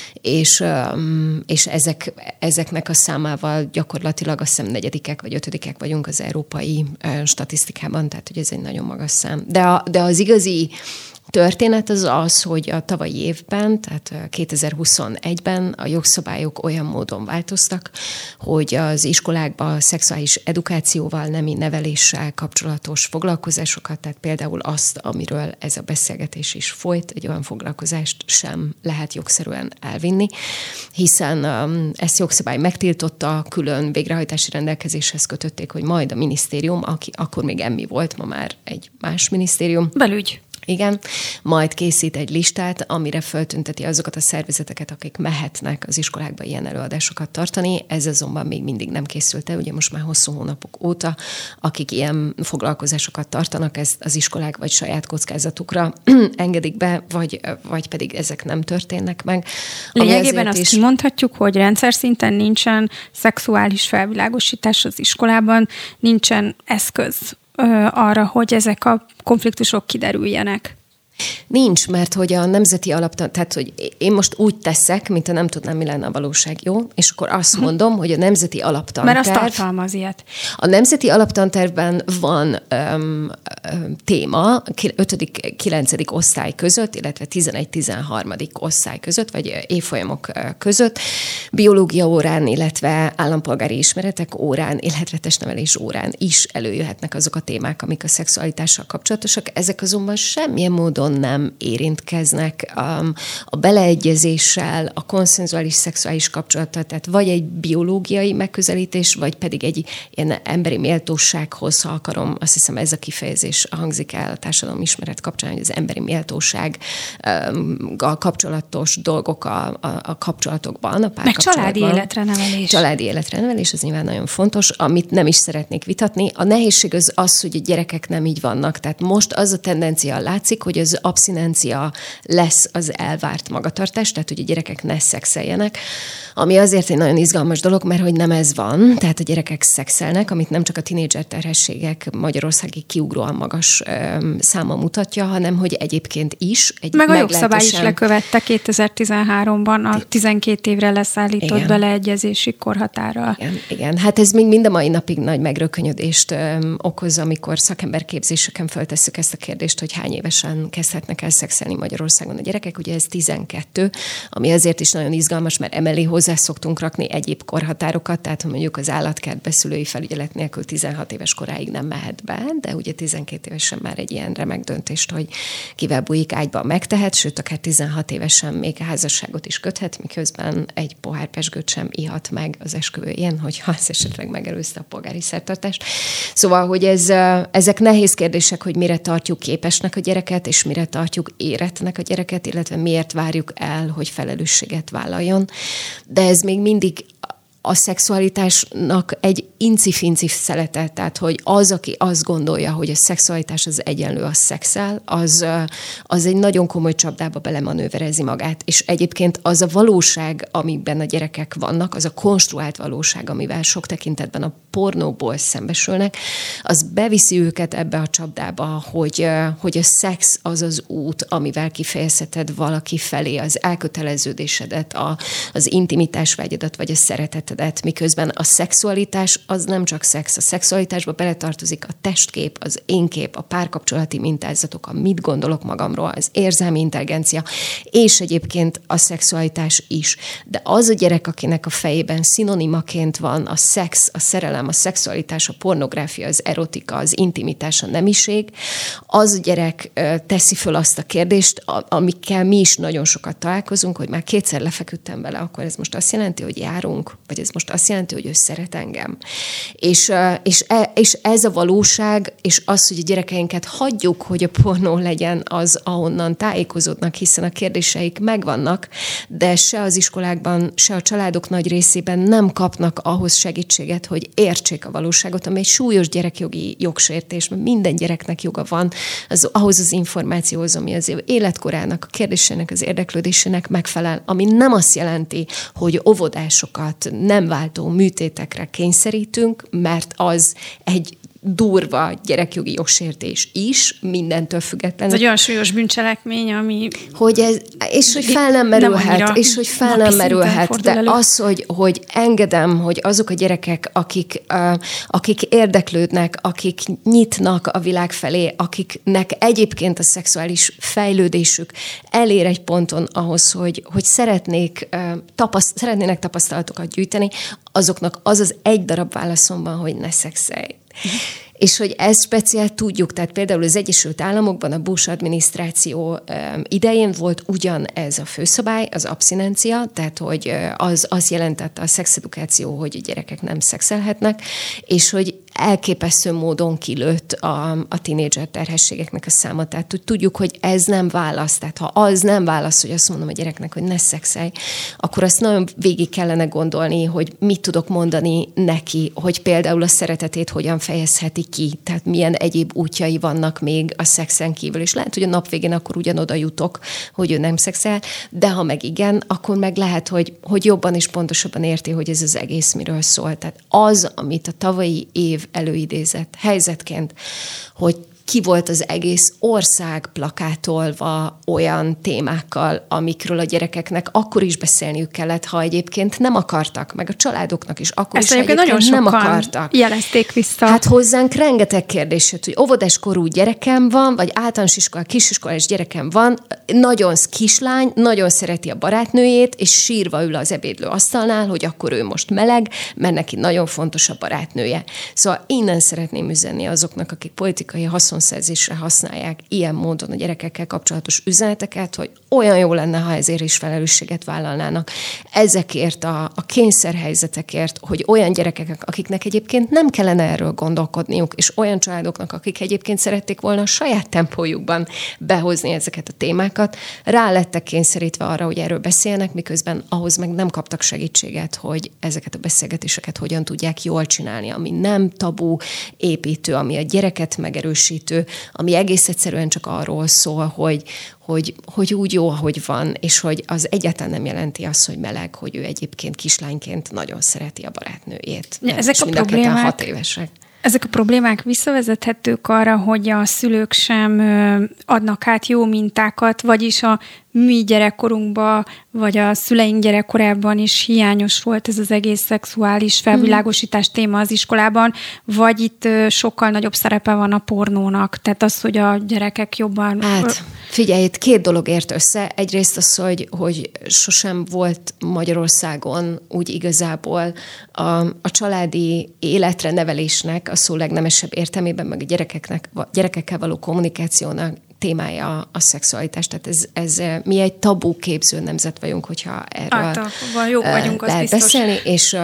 és ezeknek a számával gyakorlatilag azt hiszem 4. vagy 5. vagyunk az európai statisztikában, tehát hogy ez egy nagyon magas szám. De az igazi történet az, hogy a tavalyi évben, tehát 2021-ben a jogszabályok olyan módon változtak, hogy az iskolákban a szexuális edukációval, nemi neveléssel kapcsolatos foglalkozásokat, tehát például azt, amiről ez a beszélgetés is folyt, egy olyan foglalkozást sem lehet jogszerűen elvinni, hiszen ezt jogszabály megtiltotta, külön végrehajtási rendelkezéshez kötötték, hogy majd a minisztérium, aki akkor még emmi volt, ma már egy más minisztérium. Belügy. Igen, majd készít egy listát, amire föltünteti azokat a szervezeteket, akik mehetnek az iskolákba ilyen előadásokat tartani. Ez azonban még mindig nem készült el, ugye most már hosszú hónapok óta, akik ilyen foglalkozásokat tartanak, ezt az iskolák vagy saját kockázatukra engedik be, vagy pedig ezek nem történnek meg. Lényegében azt kimondhatjuk, hogy rendszer szinten nincsen szexuális felvilágosítás az iskolában, nincsen eszköz arra, hogy ezek a konfliktusok kiderüljenek. Nincs, mert hogy a nemzeti tehát hogy én most úgy teszek, mint nem tudnám, mi lenne a valóság, jó? És akkor azt mondom, hogy a nemzeti alaptanterv... Mert azt tartalmaz ilyet. A nemzeti alaptantervben van téma 5.-9. osztály között, illetve 11.-13. osztály között, vagy évfolyamok között, biológia órán, illetve állampolgári ismeretek órán, illetve testnevelés órán is előjöhetnek azok a témák, amik a szexualitással kapcsolatosak. Ezek azonban semmilyen módon nem érintkeznek a beleegyezéssel, a konszenzuális szexuális kapcsolattal, tehát vagy egy biológiai megközelítés, vagy pedig egy ilyen emberi méltósághoz, ha akarom, azt hiszem ez a kifejezés hangzik el a társadalom ismeret kapcsán, hogy az emberi méltósággal kapcsolatos dolgok a kapcsolatokban, a párkapcsolatban. Meg családi életre nevelés. Családi életre nevelés, ez nyilván nagyon fontos, amit nem is szeretnék vitatni. A nehézség az, hogy a gyerekek nem így vannak. Tehát most az a tendencia látszik, hogy az abszinencia lesz az elvárt magatartás, tehát hogy a gyerekek ne szexeljenek, ami azért egy nagyon izgalmas dolog, mert hogy nem ez van, tehát a gyerekek szexelnek, amit nem csak a tínédzser terhességek magyarországi kiugróan magas száma mutatja, hanem hogy egyébként is. Meg a jogszabály is lekövette 2013-ban a 12 évre leszállított beleegyezési korhatárral. Igen, hát ez még mind a mai napig nagy megrökönyödést okoz, amikor szakemberképzéseken föltesszük ezt a kérdést, hogy hány évesen kezdhetnek el szexelni Magyarországon a gyerekek. Ugye ez 12, ami azért is nagyon izgalmas, mert emellé hozzá szoktunk rakni egyéb korhatárokat, tehát ha mondjuk az állatkertbe szülői felügyelet nélkül 16 éves koráig nem mehet be, de ugye 12 évesen már egy ilyen remek döntést, hogy kivel bújik ágyba megtehet, sőt, akár 16 évesen még házasságot is köthet, miközben egy pohár pezsgőt sem ihat meg az esküvőjén, hogyha ez esetleg megelőzte a polgári szertartást. Szóval, hogy ezek nehéz kérdések, hogy mire tartjuk képesnek a gyereket, és mire tartjuk érettnek a gyereket, illetve miért várjuk el, hogy felelősséget vállaljon. De ez még mindig a szexualitásnak egy inci-finci szelete, tehát hogy az, aki azt gondolja, hogy a szexualitás az egyenlő a szexel, az egy nagyon komoly csapdába belemanőverezi magát, és egyébként az a valóság, amiben a gyerekek vannak, az a konstruált valóság, amivel sok tekintetben a pornóból szembesülnek, az beviszi őket ebbe a csapdába, hogy a szex az az út, amivel kifejezheted valaki felé az elköteleződésedet, az intimitásvágyadat, vagy a szeretetedet, miközben a szexualitás az nem csak szex. A szexualitásba beletartozik a testkép, az énkép, a párkapcsolati mintázatok, a mit gondolok magamról, az érzelmi intelligencia, és egyébként a szexualitás is. De az a gyerek, akinek a fejében szinonimaként van a szex, a szerelem, a szexualitás, a pornográfia, az erotika, az intimitás, a nemiség, az a gyerek teszi föl azt a kérdést, amikkel mi is nagyon sokat találkozunk, hogy már kétszer lefeküdtem vele, akkor ez most azt jelenti, hogy járunk, vagy ez most azt jelenti, hogy ő szeret engem. És ez a valóság, és az, hogy a gyerekeinket hagyjuk, hogy a pornó legyen az, ahonnan tájékozódnak, hiszen a kérdéseik megvannak, de se az iskolákban, se a családok nagy részében nem kapnak ahhoz segítséget, hogy értsék a valóságot, ami egy súlyos gyerekjogi jogsértés, mert minden gyereknek joga van ahhoz az információhoz, ami az életkorának, a kérdésének, az érdeklődésének megfelel, ami nem azt jelenti, hogy óvodásokat nem váltó műtétekre kényszerítünk, mert az egy durva gyerekjogi jogsértés is, mindentől függetlenül. Ez egy olyan súlyos bűncselekmény, ami... És hogy fel nem merülhet, de az, hogy engedem, hogy azok a gyerekek, akik érdeklődnek, akik nyitnak a világ felé, akiknek egyébként a szexuális fejlődésük elér egy ponton ahhoz, hogy szeretnének tapasztalatokat gyűjteni, azoknak az egy darab válaszom van, hogy ne szexelj. És hogy ezt speciál tudjuk, tehát például az Egyesült Államokban a Bush adminisztráció idején volt ugyanez a főszabály, az abszinencia, tehát hogy az jelentette a szexedukáció, hogy a gyerekek nem szexelhetnek, és hogy elképesztő módon kilőtt a tínédzser terhességeknek a száma. Tehát hogy tudjuk, hogy ez nem válasz. Tehát ha az nem válasz, hogy azt mondom a gyereknek, hogy ne szexelj, akkor azt nagyon végig kellene gondolni, hogy mit tudok mondani neki, hogy például a szeretetét hogyan fejezheti ki, tehát milyen egyéb útjai vannak még a szexen kívül. És lehet, hogy a nap végén akkor ugyanoda jutok, hogy ő nem szexel, de ha meg igen, akkor meg lehet, hogy jobban és pontosabban érti, hogy ez az egész miről szól. Tehát az, amit a tavalyi év előidézett helyzetként, hogy ki volt az egész ország plakátolva olyan témákkal, amikről a gyerekeknek akkor is beszélniük kellett, ha egyébként nem akartak, meg a családoknak is akkor ezt is egyébként nem akartak. Jelezték vissza. Hát hozzánk rengeteg kérdés jött, hogy óvodáskorú gyerekem van, vagy általános iskola, kisiskolás gyerekem van, nagyon kislány, nagyon szereti a barátnőjét, és sírva ül az ebédlő asztalnál, hogy akkor ő most meleg, mert neki nagyon fontos a barátnője. Szóval innen szeretném üzenni azoknak, akik politikai haszonszerzésre használják ilyen módon a gyerekekkel kapcsolatos üzeneteket, hogy olyan jó lenne, ha ezért is felelősséget vállalnának. Ezekért a kényszerhelyzetekért, hogy olyan gyerekek, akiknek egyébként nem kellene erről gondolkodniuk, és olyan családoknak, akik egyébként szerették volna a saját tempójukban behozni ezeket a témákat, rá lettek kényszerítve arra, hogy erről beszélnek, miközben ahhoz meg nem kaptak segítséget, hogy ezeket a beszélgetéseket hogyan tudják jól csinálni, ami nem tabu építő, ami a gyereket megerősíti, kielégítő, ami egész egyszerűen csak arról szól, hogy úgy jó, ahogy van, és hogy az egyáltalán nem jelenti azt, hogy meleg, hogy ő egyébként kislányként nagyon szereti a barátnőjét. Ezek a problémák 6 évesek. Ezek a problémák visszavezethetők arra, hogy a szülők sem adnak át jó mintákat, vagyis a mi gyerekkorunkban, vagy a szüleink gyerekkorában is hiányos volt ez az egész szexuális felvilágosítás téma az iskolában, vagy itt sokkal nagyobb szerepe van a pornónak, tehát az, hogy a gyerekek jobban... Hát, figyelj, itt 2 dolog ért össze. Egyrészt az, hogy sosem volt Magyarországon úgy igazából a családi életre nevelésnek a szó legnemesebb értelmében, meg a gyerekekkel való kommunikációnak témája a szexualitás. Tehát mi egy tabú képző nemzet vagyunk, hogyha erről jók vagyunk, az lehet biztos. beszélni,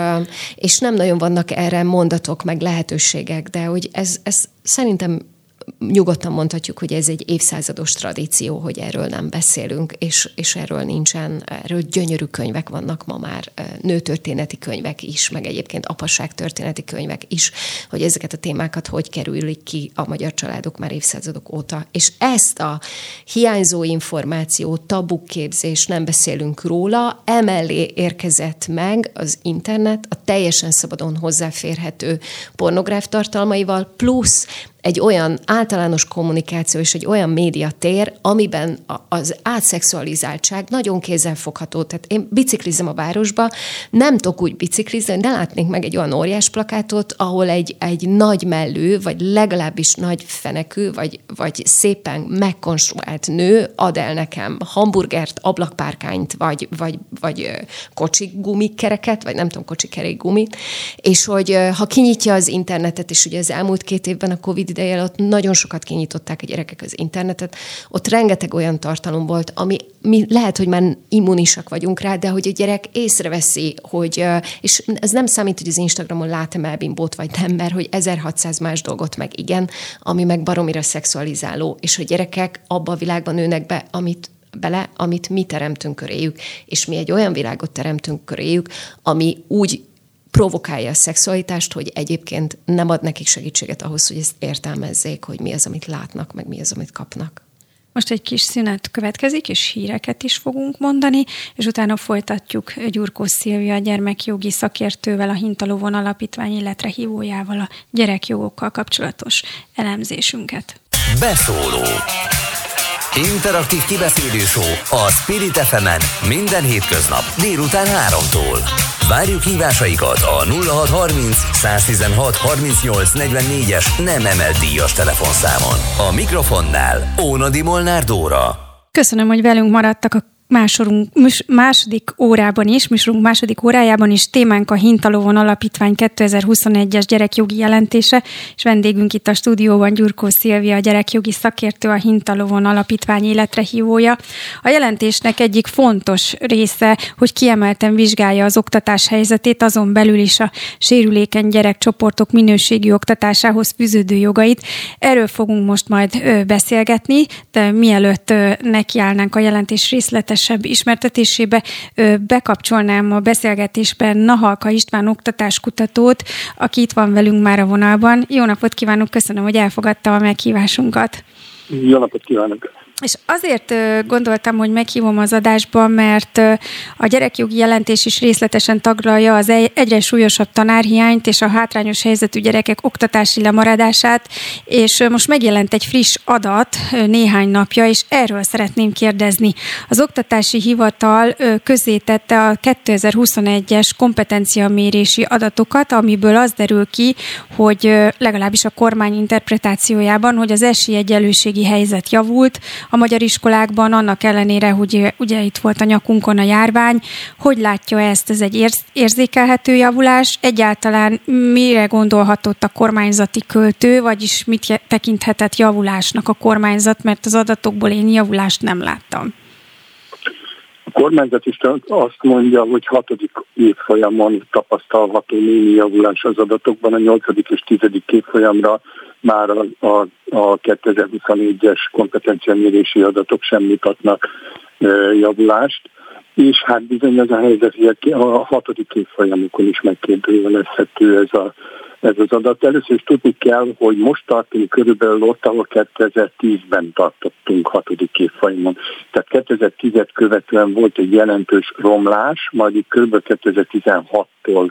és nem nagyon vannak erre mondatok, meg lehetőségek, de hogy ez szerintem nyugodtan mondhatjuk, hogy ez egy évszázados tradíció, hogy erről nem beszélünk, és erről gyönyörű könyvek vannak ma már, nőtörténeti könyvek is, meg egyébként apasságtörténeti könyvek is, hogy ezeket a témákat hogy kerülik ki a magyar családok már évszázadok óta. És ezt a hiányzó információt, tabuképzés, nem beszélünk róla, emellé érkezett meg az internet a teljesen szabadon hozzáférhető pornográf tartalmaival, plusz egy olyan általános kommunikáció és egy olyan médiatér, amiben az átszexualizáltság nagyon kézzelfogható. Tehát én biciklizem a városba, nem tudok úgy biciklizni, de látnék meg egy olyan óriás plakátot, ahol egy nagy mellű, vagy legalábbis nagy fenekű, vagy szépen megkonstruált nő ad el nekem hamburgert, ablakpárkányt, vagy kocsigumikkereket, vagy nem tudom, kocsikerékgumit, és hogy ha kinyitja az internetet, és ugye az elmúlt 2 évben a Covid ideje alatt nagyon sokat kinyitották a gyerekek az internetet, ott rengeteg olyan tartalom volt, ami mi lehet, hogy már immunisak vagyunk rá, de hogy a gyerek észreveszi, hogy, és ez nem számít, hogy az Instagramon lát-e melbimbót vagy nem, mert hogy 1600 más dolgot meg igen, ami meg baromira szexualizáló, és a gyerekek abba a világban nőnek be, amit mi teremtünk köréjük, és mi egy olyan világot teremtünk köréjük, ami úgy provokálja a szexualitást, hogy egyébként nem ad nekik segítséget ahhoz, hogy ezt értelmezzék, hogy mi az, amit látnak, meg mi az, amit kapnak. Most egy kis szünet következik, és híreket is fogunk mondani, és utána folytatjuk Gyurkó Szilvia gyermekjogi szakértővel, a Hintalovon Alapítvány életrehívójával a gyerekjogokkal kapcsolatos elemzésünket. Beszóló. Interaktív kibeszélő show a Spirit FM-en minden hétköznap délután 3-tól. Várjuk hívásaikat a 0630 116 38 44-es nem emelt díjas telefonszámon. A mikrofonnál Ónodi Molnár Dóra. Köszönöm, hogy velünk maradtak a második órájában is. Témánk a Hintalovon Alapítvány 2021-es gyerekjogi jelentése, és vendégünk itt a stúdióban Gyurkó Szilvia, a gyerekjogi szakértő, a Hintalovon Alapítvány életrehívója. A jelentésnek egyik fontos része, hogy kiemelten vizsgálja az oktatás helyzetét, azon belül is a sérülékeny gyerekcsoportok minőségi oktatásához fűződő jogait. Erről fogunk most majd beszélgetni, de mielőtt nekiállnánk a jelentés részletes ismertetésébe, bekapcsolnám a beszélgetésben Nahalka István oktatáskutatót, aki itt van velünk már a vonalban. Jó napot kívánok, köszönöm, hogy elfogadta a meghívásunkat. Jó napot kívánok! És azért gondoltam, hogy meghívom az adásba, mert a gyerekjogi jelentés is részletesen taglalja az egyre súlyosabb tanárhiányt és a hátrányos helyzetű gyerekek oktatási lemaradását, és most megjelent egy friss adat néhány napja, és erről szeretném kérdezni. Az Oktatási Hivatal közzétette a 2021-es kompetenciamérési adatokat, amiből az derül ki, hogy legalábbis a kormány interpretációjában, hogy az esélyegyenlőségi helyzet javult a magyar iskolákban, annak ellenére, hogy ugye itt volt a nyakunkon a járvány. Hogy látja ezt? Ez egy érzékelhető javulás? Egyáltalán mire gondolhatott a kormányzati költő, vagyis mit tekinthetett javulásnak a kormányzat, mert az adatokból én javulást nem láttam. A kormányzat is azt mondja, hogy 6. évfolyamon tapasztalható némi javulás az adatokban, a 8. és 10. évfolyamra már a 2024-es kompetenciamérési adatok sem mutatnak javulást, és hát bizony az a helyzet, hogy a 6. évfolyamokon is megkérdőjelezhető ez az adat. Először is tudni kell, hogy most tartunk körülbelül ott, ahol 2010-ben tartottunk 6. évfolyamon. Tehát 2010-et követően volt egy jelentős romlás, majd itt kb. 2016-tól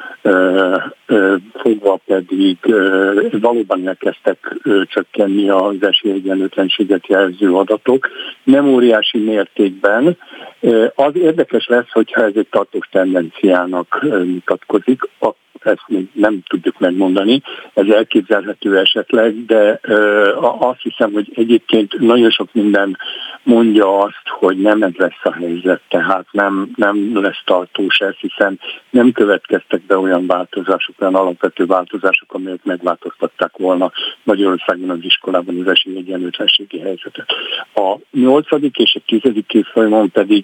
fogva pedig valóban elkezdtek csökkenni az esélyegyenlőtlenséget jelző adatok. Nem óriási mértékben. Az érdekes lesz, hogyha ez egy tartós tendenciának mutatkozik, ezt még nem tudjuk megmondani, ez elképzelhető esetleg, de azt hiszem, hogy egyébként nagyon sok minden mondja azt, hogy nem ez lesz a helyzet, tehát nem lesz tartós ez, hiszen nem következtek be olyan változások, olyan alapvető változások, amelyek megváltoztatták volna Magyarországon az iskolában az esélyegyenlőtlenségi helyzetet. A 8. és a 10. évfolyamon pedig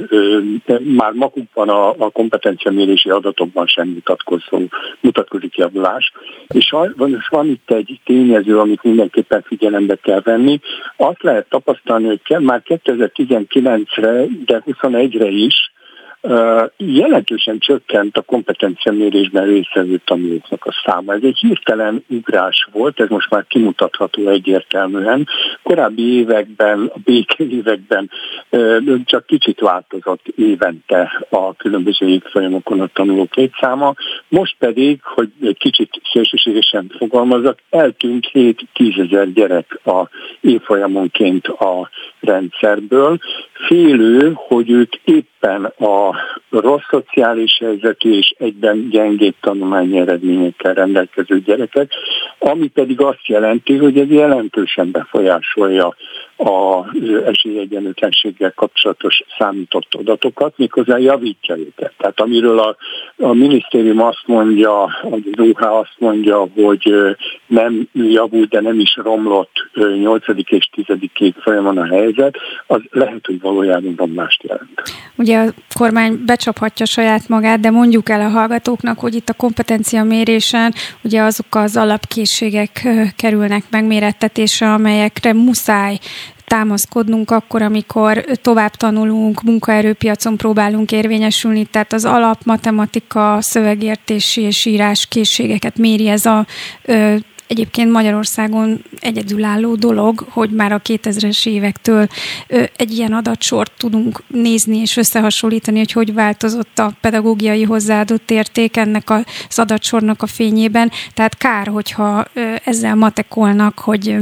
már magukban a kompetenciamérési adatokban sem mutatkozik javulás. És van itt egy tényező, amit mindenképpen figyelembe kell venni. Azt lehet tapasztalni, hogy már 2019-re, de 21-re is jelentősen csökkent a kompetenciamérésben résztvevő tanulóknak a száma. Ez egy hirtelen ugrás volt, ez most már kimutatható egyértelműen. Korábbi években, a békévekben csak kicsit változott évente a különböző évfolyamokon a tanulók létszáma. Most pedig, hogy egy kicsit szélsőségesen fogalmazok, eltűnt 7-10 ezer gyerek a évfolyamonként a rendszerből. Félő, hogy ők éppen a rossz szociális helyzetű és egyben gyengébb tanulmányi eredményekkel rendelkező gyerekek, ami pedig azt jelenti, hogy ez jelentősen befolyásolja az esélyegyenlőtlenséggel kapcsolatos számított adatokat, méghozzá javítja őket. Tehát amiről a minisztérium azt mondja, az OH azt mondja, hogy nem javult, de nem is romlott 8. és 10. évfolyamon a helyzet, az lehet, hogy valójában romlást jelent. Ugye a kormány becsaphatja saját magát, de mondjuk el a hallgatóknak, hogy itt a kompetenciamérésen ugye azok az alapkészségek kerülnek megmérettetésre, amelyekre muszáj támaszkodnunk akkor, amikor tovább tanulunk, munkaerőpiacon próbálunk érvényesülni, tehát az alapmatematika, szövegértési és írás készségeket méri ez a egyébként Magyarországon egyedülálló dolog, hogy már a 2000-es évektől egy ilyen adatsort tudunk nézni és összehasonlítani, hogy változott a pedagógiai hozzáadott érték ennek az adatsornak a fényében. Tehát kár, hogyha ezzel matekolnak, hogy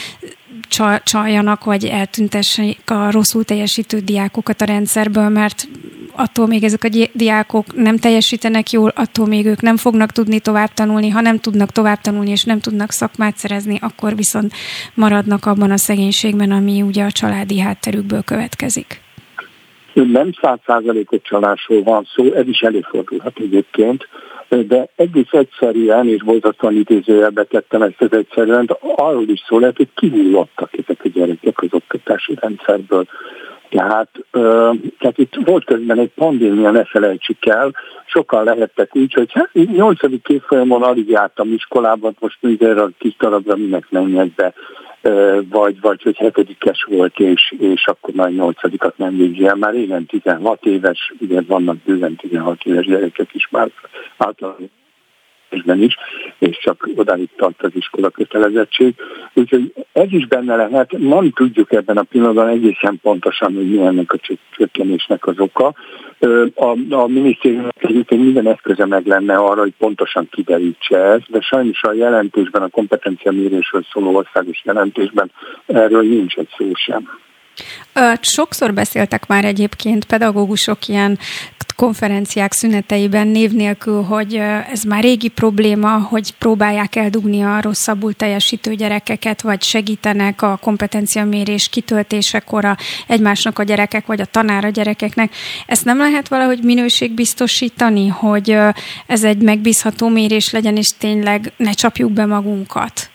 csaljanak, vagy eltüntessék a rosszul teljesítő diákokat a rendszerből, mert attól még ezek a diákok nem teljesítenek jól, attól még ők nem fognak tudni tovább tanulni. Ha nem tudnak tovább tanulni, és nem tudnak szakmát szerezni, akkor viszont maradnak abban a szegénységben, ami ugye a családi hátterükből következik. Nem 100%-os csalásról van szó, ez is előfordulhat egyébként, de egész egyszerűen, és borzasztóan idézőjelbe tettem ezt az egyszerűen, de arról is szó lehet, hogy kihullottak ezek a gyerekek az oktatási rendszerből. Tehát itt volt közben egy pandémia, ne felejtsük el, sokan lehettek úgy, hogy 8. évfolyamon alig jártam iskolában, most erre a kis darabra minek menjek be, vagy hogy 7-es volt, és akkor már 8-at nem végzi el. Már éven 16 éves, ugye vannak bőven 16 éves gyerekek is már általában is, és csak odáig tart az iskola kötelezettség. Úgyhogy ez is benne lehet, nem tudjuk ebben a pillanatban egészen pontosan, hogy mi ennek a csökkenésnek az oka. A minisztériumnak egyébként minden eszköze meg lenne arra, hogy pontosan kiderítse ezt, de sajnos a jelentésben, a kompetenciamérésről szóló országos jelentésben erről nincs egy szó sem. Sokszor beszéltek már egyébként pedagógusok ilyen konferenciák szüneteiben név nélkül, hogy ez már régi probléma, hogy próbálják eldugni a rosszabbul teljesítő gyerekeket, vagy segítenek a kompetenciamérés kitöltésekor egymásnak a gyerekek, vagy a tanár a gyerekeknek. Ezt nem lehet valahogy minőségbiztosítani, hogy ez egy megbízható mérés legyen, és tényleg ne csapjuk be magunkat?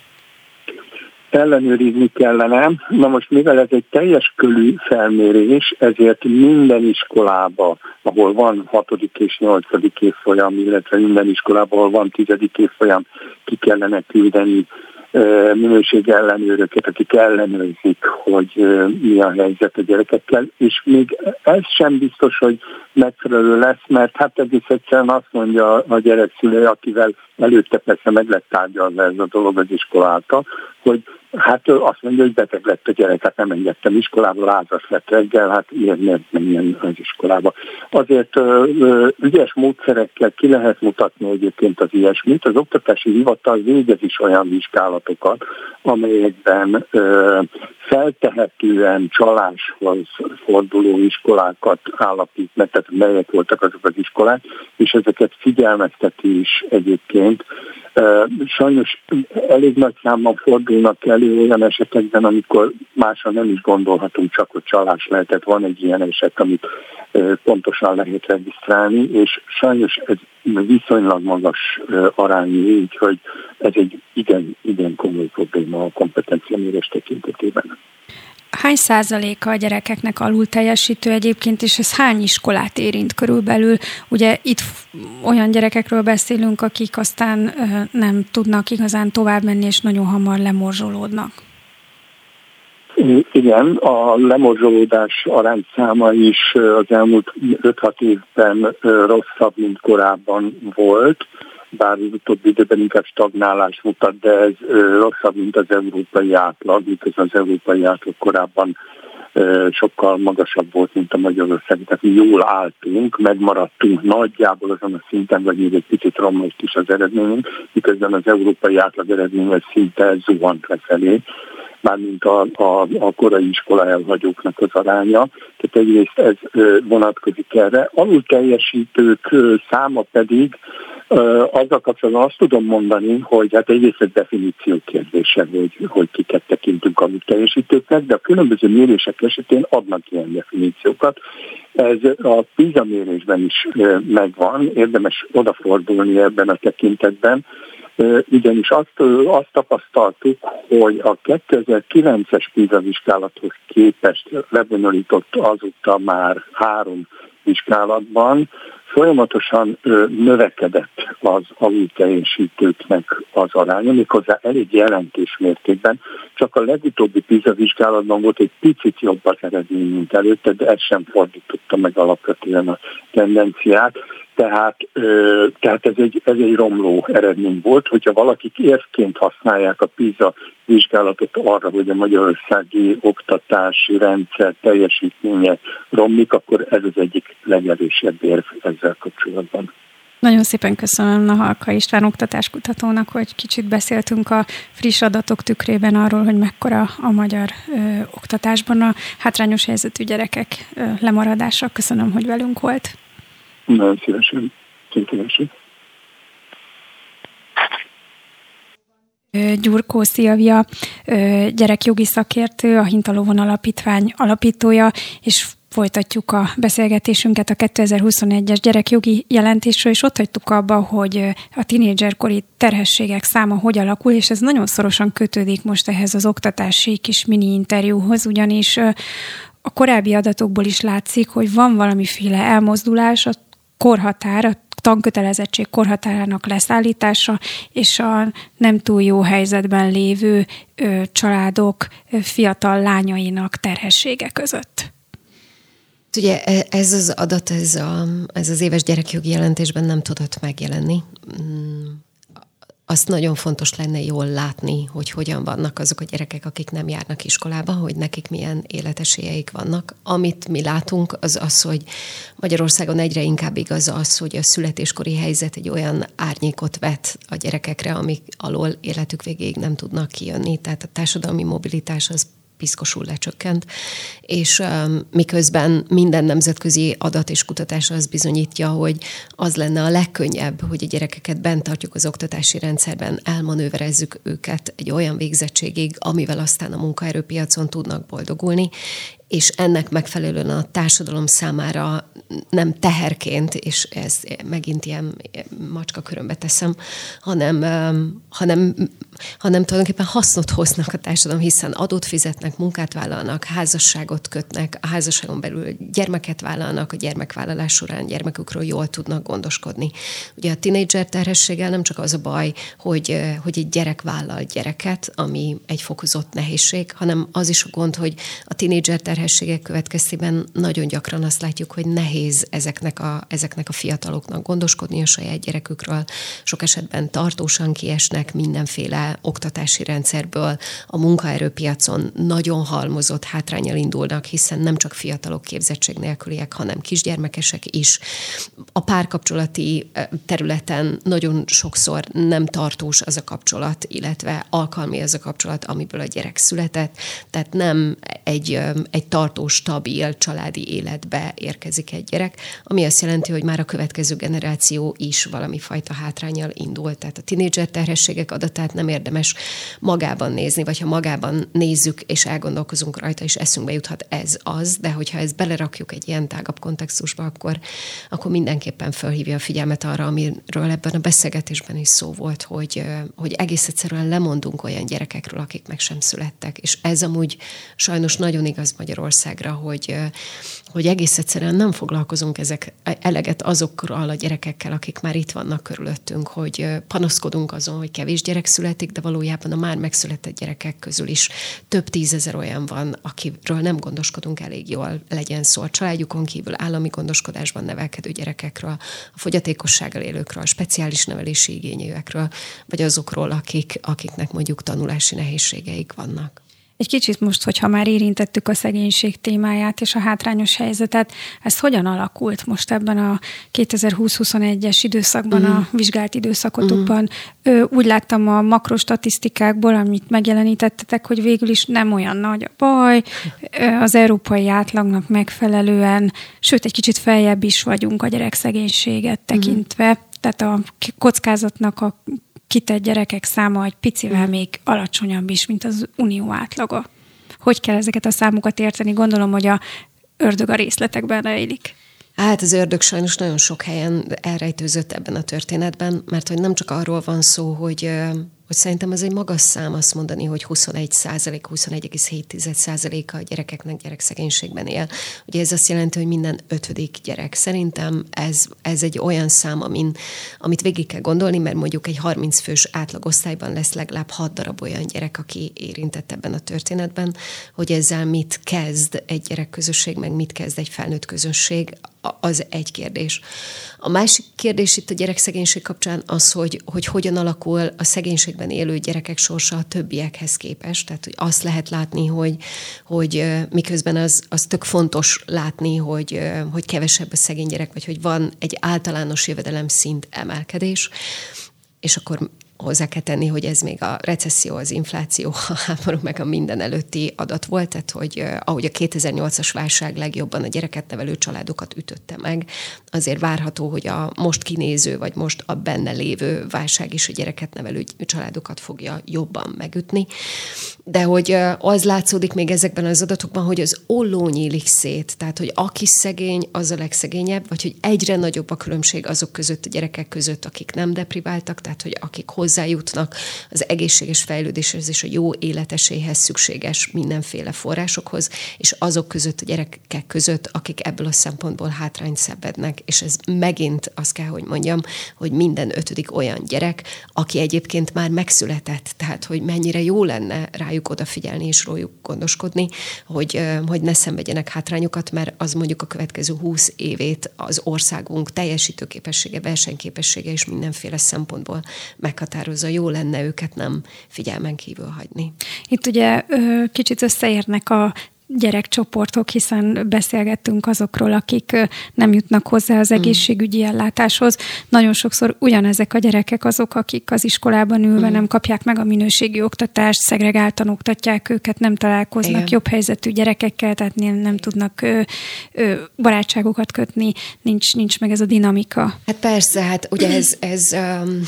Ellenőrizni kellene. Na most, mivel ez egy teljes körű felmérés, ezért minden iskolába, ahol van 6. és 8. évfolyam, illetve minden iskolába, ahol van 10. évfolyam, ki kellene küldeni minőségi ellenőröket, akik ellenőrzik, hogy mi a helyzet a gyerekekkel, és még ez sem biztos, hogy megfelelő lesz, mert hát egész egyszerűen azt mondja a gyerekszülő, akivel előtte persze meg lett tárgyalva ez a dolog az iskoláltal, hogy hát azt mondja, hogy beteg lett a gyerek, hát nem engedtem iskolába, lázas lett reggel, hát miért menjen az iskolába. Azért ügyes módszerekkel ki lehet mutatni egyébként az ilyesmit. Az Oktatási Hivatal végez is olyan vizsgálatokat, amelyekben feltehetően csaláshoz forduló iskolákat állapít meg, tehát melyek voltak azok az iskolák, és ezeket figyelmezteti is egyébként. Sajnos elég nagy számban fordulnak elő olyan esetekben, amikor másra nem is gondolhatunk, csak hogy csalás lehetett. Van egy ilyen eset, amit pontosan lehet regisztrálni, és sajnos ez viszonylag magas arányú, így, hogy ez egy igen komoly probléma a kompetenciamérés tekintetében. Hány százaléka a gyerekeknek alulteljesítő egyébként, és ez hány iskolát érint körülbelül? Ugye itt olyan gyerekekről beszélünk, akik aztán nem tudnak igazán tovább menni, és nagyon hamar lemorzsolódnak. Igen, a lemorzsolódás arányszáma is az elmúlt 5-6 évben rosszabb, mint korábban volt, bár az utóbbi időben inkább stagnálás mutat, de ez rosszabb, mint az európai átlag, miközben az európai átlag korábban sokkal magasabb volt, mint a Magyarország. Tehát mi jól álltunk, megmaradtunk nagyjából azon a szinten, vagy még egy picit romlott is az eredményünk, miközben az európai átlag eredménye szinte zuhant lefelé, mármint a korai iskola elhagyóknak az aránya. Tehát egyrészt ez vonatkozik erre. Alulteljesítők száma pedig azzal kapcsolatban azt tudom mondani, hogy hát egyrészt ez definíció kérdése, hogy kiket tekintünk alulteljesítőknek, de a különböző mérések esetén adnak ilyen definíciókat. Ez a PISA mérésben is megvan, érdemes odafordulni ebben a tekintetben, ugyanis azt tapasztaltuk, hogy a 2009-es PISA vizsgálathoz képest lebonyolított azóta már 3 vizsgálatban folyamatosan növekedett az alulteljesítőknek az aránya, méghozzá elég jelentős mértékben. Csak a legutóbbi PISA vizsgálatban volt egy picit jobb az eredmény, mint előtte, de ez sem fordította meg alapvetően a tendenciát. Tehát ez egy romló eredmény volt, hogyha valakik érvként használják a PISA vizsgálatot arra, hogy a magyarországi oktatási rendszer teljesítménye romlik, akkor ez az egyik legerősebb érv ezzel kapcsolatban. Nagyon szépen köszönöm Nahalka István oktatáskutatónak, hogy kicsit beszéltünk a friss adatok tükrében arról, hogy mekkora a magyar oktatásban a hátrányos helyzetű gyerekek lemaradása. Köszönöm, hogy velünk volt. Nagyon szívesen. Gyurkó Szilvia, gyerekjogi szakértő, a Hintalovon Alapítvány alapítója, és folytatjuk a beszélgetésünket a 2021-es gyerekjogi jelentésről, és ott hagytuk abba, hogy a tinédzserkori terhességek száma hogy alakul, és ez nagyon szorosan kötődik most ehhez az oktatási kis mini interjúhoz, ugyanis a korábbi adatokból is látszik, hogy van valamiféle elmozdulás, a korhatár, a tankötelezettség korhatárának leszállítása, és a nem túl jó helyzetben lévő családok fiatal lányainak terhessége között. Ugye ez az adat, ez az éves gyerekjogi jelentésben nem tudott megjelenni. Azt nagyon fontos lenne jól látni, hogy hogyan vannak azok a gyerekek, akik nem járnak iskolába, hogy nekik milyen életesélyeik vannak. Amit mi látunk, az, hogy Magyarországon egyre inkább igaz az, hogy a születéskori helyzet egy olyan árnyékot vet a gyerekekre, amik alól életük végéig nem tudnak kijönni. Tehát a társadalmi mobilitás az piszkosul lecsökkent, és miközben minden nemzetközi adat és kutatás az bizonyítja, hogy az lenne a legkönnyebb, hogy a gyerekeket bent tartjuk az oktatási rendszerben, elmanőverezzük őket egy olyan végzettségig, amivel aztán a munkaerőpiacon tudnak boldogulni. és ennek megfelelően a társadalom számára nem teherként, és ez megint ilyen macska körömbe teszem, hanem tulajdonképpen hasznot hoznak a társadalom, hiszen adót fizetnek, munkát vállalnak, házasságot kötnek, a házasságon belül gyermeket vállalnak, a gyermekvállalás során gyermekükről jól tudnak gondoskodni. Ugye a tínédzser terhességgel nem csak az a baj, hogy egy gyerek vállal gyereket, ami egy fokozott nehézség, hanem az is a gond, hogy a tínédzser terhességek következtében nagyon gyakran azt látjuk, hogy nehéz ezeknek a fiataloknak gondoskodni a saját gyerekükről. Sok esetben tartósan kiesnek mindenféle oktatási rendszerből, a munkaerőpiacon nagyon halmozott hátránnyal indulnak, hiszen nem csak fiatalok képzettség nélküliek, hanem kisgyermekesek is. A párkapcsolati területen nagyon sokszor nem tartós az a kapcsolat, illetve alkalmi az a kapcsolat, amiből a gyerek született, tehát nem egy tartós, stabil családi életbe érkezik egy gyerek, ami azt jelenti, hogy már a következő generáció is valami fajta hátránnyal indul. Tehát a tínédzser terhességek adatát nem érdemes magában nézni, vagy ha magában nézzük és elgondolkozunk rajta, és eszünkbe juthat ez az, de hogyha ezt belerakjuk egy ilyen tágabb kontextusba, akkor mindenképpen felhívja a figyelmet arra, amiről ebben a beszélgetésben is szó volt, hogy egész egyszerűen lemondunk olyan gyerekekről, akik meg sem születtek. És ez amúgy sajnos nagyon igaz Magyarországra, hogy egész egyszerűen nem foglalkozunk eleget azokkal a gyerekekkel, akik már itt vannak körülöttünk, hogy panaszkodunk azon, hogy kevés gyerek születik, de valójában a már megszületett gyerekek közül is több 10 000 olyan van, akiről nem gondoskodunk elég jól, legyen szó a családjukon kívül állami gondoskodásban nevelkedő gyerekekről, a fogyatékossággal élőkről, a speciális nevelési igényűekről, vagy azokról, akiknek mondjuk tanulási nehézségeik vannak. Egy kicsit most, hogyha már érintettük a szegénység témáját és a hátrányos helyzetet, ez hogyan alakult most ebben a 2020-21-es időszakban, a vizsgált időszakotokban? Úgy láttam a makrostatisztikákból, amit megjelenítettetek, hogy végül is nem olyan nagy a baj, az európai átlagnak megfelelően, sőt, egy kicsit feljebb is vagyunk a gyerekszegénységet tekintve, tehát a kockázatnak a kitett gyerekek száma egy picivel még alacsonyabb is, mint az unió átlaga. Hogy kell ezeket a számokat érteni? Gondolom, hogy a ördög a részletekben rejlik. Hát az ördög sajnos nagyon sok helyen elrejtőzött ebben a történetben, mert hogy nem csak arról van szó, hogy szerintem ez egy magas szám azt mondani, hogy 21,7% a gyerekeknek gyerekszegénységben él. Ugye ez azt jelenti, hogy minden 5. gyerek. Szerintem ez egy olyan szám, amit végig kell gondolni, mert mondjuk egy 30 fős átlagosztályban lesz legalább 6 darab olyan gyerek, aki érintett ebben a történetben, hogy ezzel mit kezd egy gyerekközösség, meg mit kezd egy felnőtt közösség, az egy kérdés. A másik kérdés itt a gyerekszegénység kapcsán az, hogy hogyan alakul a szegénységben élő gyerekek sorsa a többiekhez képest. Tehát, hogy azt lehet látni, hogy miközben az tök fontos látni, hogy kevesebb a szegény gyerek, vagy hogy van egy általános jövedelemszint emelkedés, és akkor hozzá kell tenni, hogy ez még a recesszió, az infláció, a háború meg a minden előtti adat volt, tehát hogy ahogy a 2008-as válság legjobban a gyereket nevelő családokat ütötte meg, azért várható, hogy a most kinéző, vagy most a benne lévő válság is a gyereket nevelő családokat fogja jobban megütni. De hogy az látszódik még ezekben az adatokban, hogy az olló nyílik szét, tehát hogy aki szegény, az a legszegényebb, vagy hogy egyre nagyobb a különbség azok között, a gyerekek között, akik nem depriváltak, tehát hogy akik hozzájutnak az egészséges fejlődéshez és a jó életeséhez szükséges mindenféle forrásokhoz, és azok között, a gyerekek között, akik ebből a szempontból hátrányt szenvednek. És ez megint azt kell, hogy mondjam, hogy minden 5. olyan gyerek, aki egyébként már megszületett, tehát hogy mennyire jó lenne rájuk odafigyelni és rójuk gondoskodni, hogy ne szenvedjenek hátrányokat, mert az mondjuk a következő 20 évét az országunk teljesítőképessége, versenyképessége és mindenféle szempontból meghatározza. Jó lenne őket nem figyelmen kívül hagyni. Itt ugye kicsit összeérnek a gyerekcsoportok, hiszen beszélgettünk azokról, akik nem jutnak hozzá az egészségügyi ellátáshoz. Nagyon sokszor ugyanezek a gyerekek azok, akik az iskolában ülve nem kapják meg a minőségi oktatást, szegregáltan oktatják őket, nem találkoznak igen. jobb helyzetű gyerekekkel, tehát nem tudnak barátságokat kötni, nincs meg ez a dinamika. Hát persze, hát ugye ez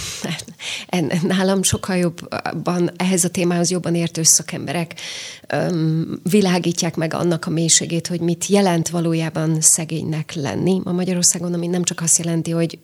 nálam sokkal jobban, ehhez a témához jobban értő szakemberek világítják mutatják meg annak a mélységét, hogy mit jelent valójában szegénynek lenni ma Magyarországon, ami nem csak azt jelenti, hogy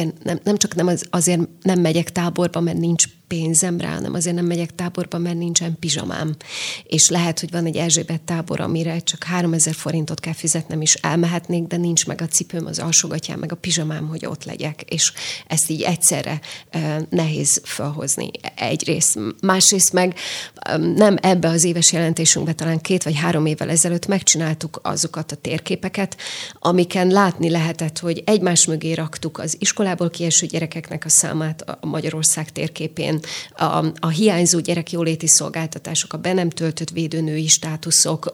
azért nem megyek táborba, mert nincs pénzem rá, hanem azért nem megyek táborba, mert nincsen pizsamám. És lehet, hogy van egy Erzsébet tábor, amire csak 3000 forintot kell fizetnem, és elmehetnék, de nincs meg a cipőm, az alsógatyám, meg a pizsamám, hogy ott legyek. És ezt így egyszerre nehéz felhozni egyrészt. Másrészt meg nem ebbe az éves jelentésünkbe, talán 2 vagy 3 évvel ezelőtt megcsináltuk azokat a térképeket, amiken látni lehetett, hogy egymás mögé raktuk az iskolából kieső gyerekeknek a számát a Magyarország térképén, a hiányzó gyerekjóléti szolgáltatások, a be nem töltött védőnői státuszok,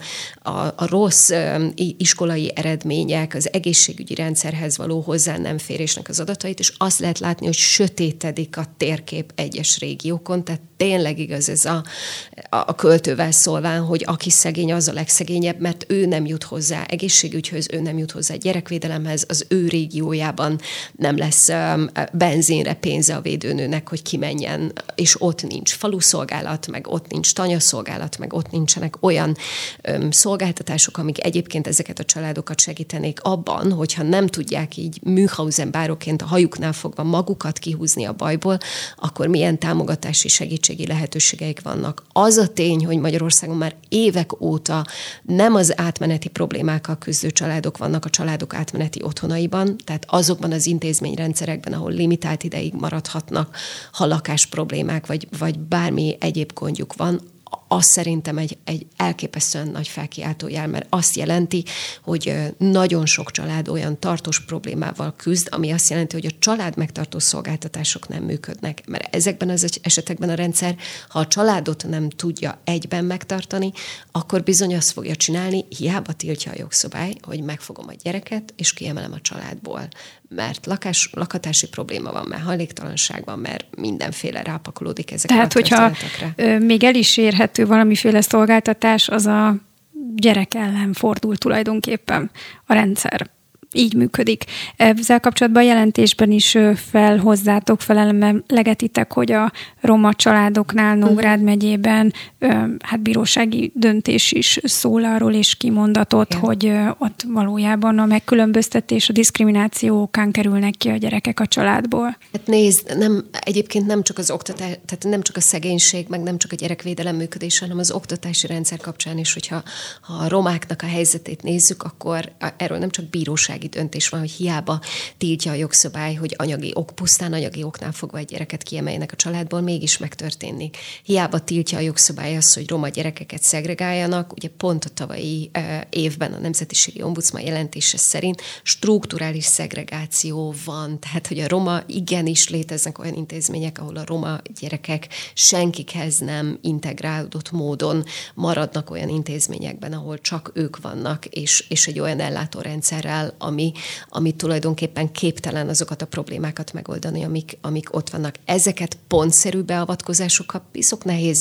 a rossz iskolai eredmények, az egészségügyi rendszerhez való hozzá nem férésnek az adatait, és azt lehet látni, hogy sötétedik a térkép egyes régiókon, tehát tényleg igaz ez a költővel szólván, hogy aki szegény, az a legszegényebb, mert ő nem jut hozzá egészségügyhöz, ő nem jut hozzá gyerekvédelemhez, az ő régiójában nem lesz benzinre pénze a védőnőnek, hogy kimenjen, és ott nincs faluszolgálat, meg ott nincs tanyaszolgálat, meg ott nincsenek olyan szolgáltatások, amik egyébként ezeket a családokat segítenék abban, hogyha nem tudják így Münchhausen bároként a hajuknál fogva magukat kihúzni a bajból, akkor milyen támogatási segítségi lehetőségeik vannak. Az a tény, hogy Magyarországon már évek óta nem az átmeneti problémákkal küzdő családok vannak a családok átmeneti otthonaiban, tehát azokban az intézményrendszerekben, ahol limitált ideig maradhatnak, ha lakás problémák, vagy bármi egyéb gondjuk van, az szerintem egy elképesztően nagy felkiáltó jel, mert azt jelenti, hogy nagyon sok család olyan tartós problémával küzd, ami azt jelenti, hogy a család megtartó szolgáltatások nem működnek. Mert ezekben az esetekben a rendszer, ha a családot nem tudja egyben megtartani, akkor bizony azt fogja csinálni, hiába tiltja a jogszabály, hogy megfogom a gyereket, és kiemelem a családból. Mert lakhatási probléma van, mert hajléktalanság van, mert mindenféle rápakolódik ezekre tehát, a történetekre. Hogyha még el is érhető valamiféle szolgáltatás, az a gyerek ellen fordul tulajdonképpen a rendszer. Így működik. Ezzel kapcsolatban a jelentésben is felemlegetitek, hogy a roma családoknál Nógrád megyében bírósági döntés is szól arról, és kimondatott, hogy ott valójában a megkülönböztetés, a diszkrimináció okán kerülnek ki a gyerekek a családból. Hát nézd, egyébként nem csak az oktatás, tehát nem csak a szegénység, meg nem csak a gyerekvédelem működése, hanem az oktatási rendszer kapcsán is, hogyha a romáknak a helyzetét nézzük, akkor erről nem csak bírósági döntés van, hogy hiába tiltja a jogszabály, hogy pusztán anyagi oknál fogva egy gyereket kiemeljenek a családból, mégis megtörténik. Hiába tiltja a jogszabály azt, hogy roma gyerekeket szegregáljanak, ugye pont a tavalyi évben a Nemzetiségi Ombudsman jelentése szerint strukturális szegregáció van, tehát hogy a roma, igenis léteznek olyan intézmények, ahol a roma gyerekek senkikhez nem integrálódott módon maradnak olyan intézményekben, ahol csak ők vannak, és egy olyan ellátórendszerrel, ami tulajdonképpen képtelen azokat a problémákat megoldani, amik ott vannak. Ezeket pontszerű beavatkozásokkal piszok nehéz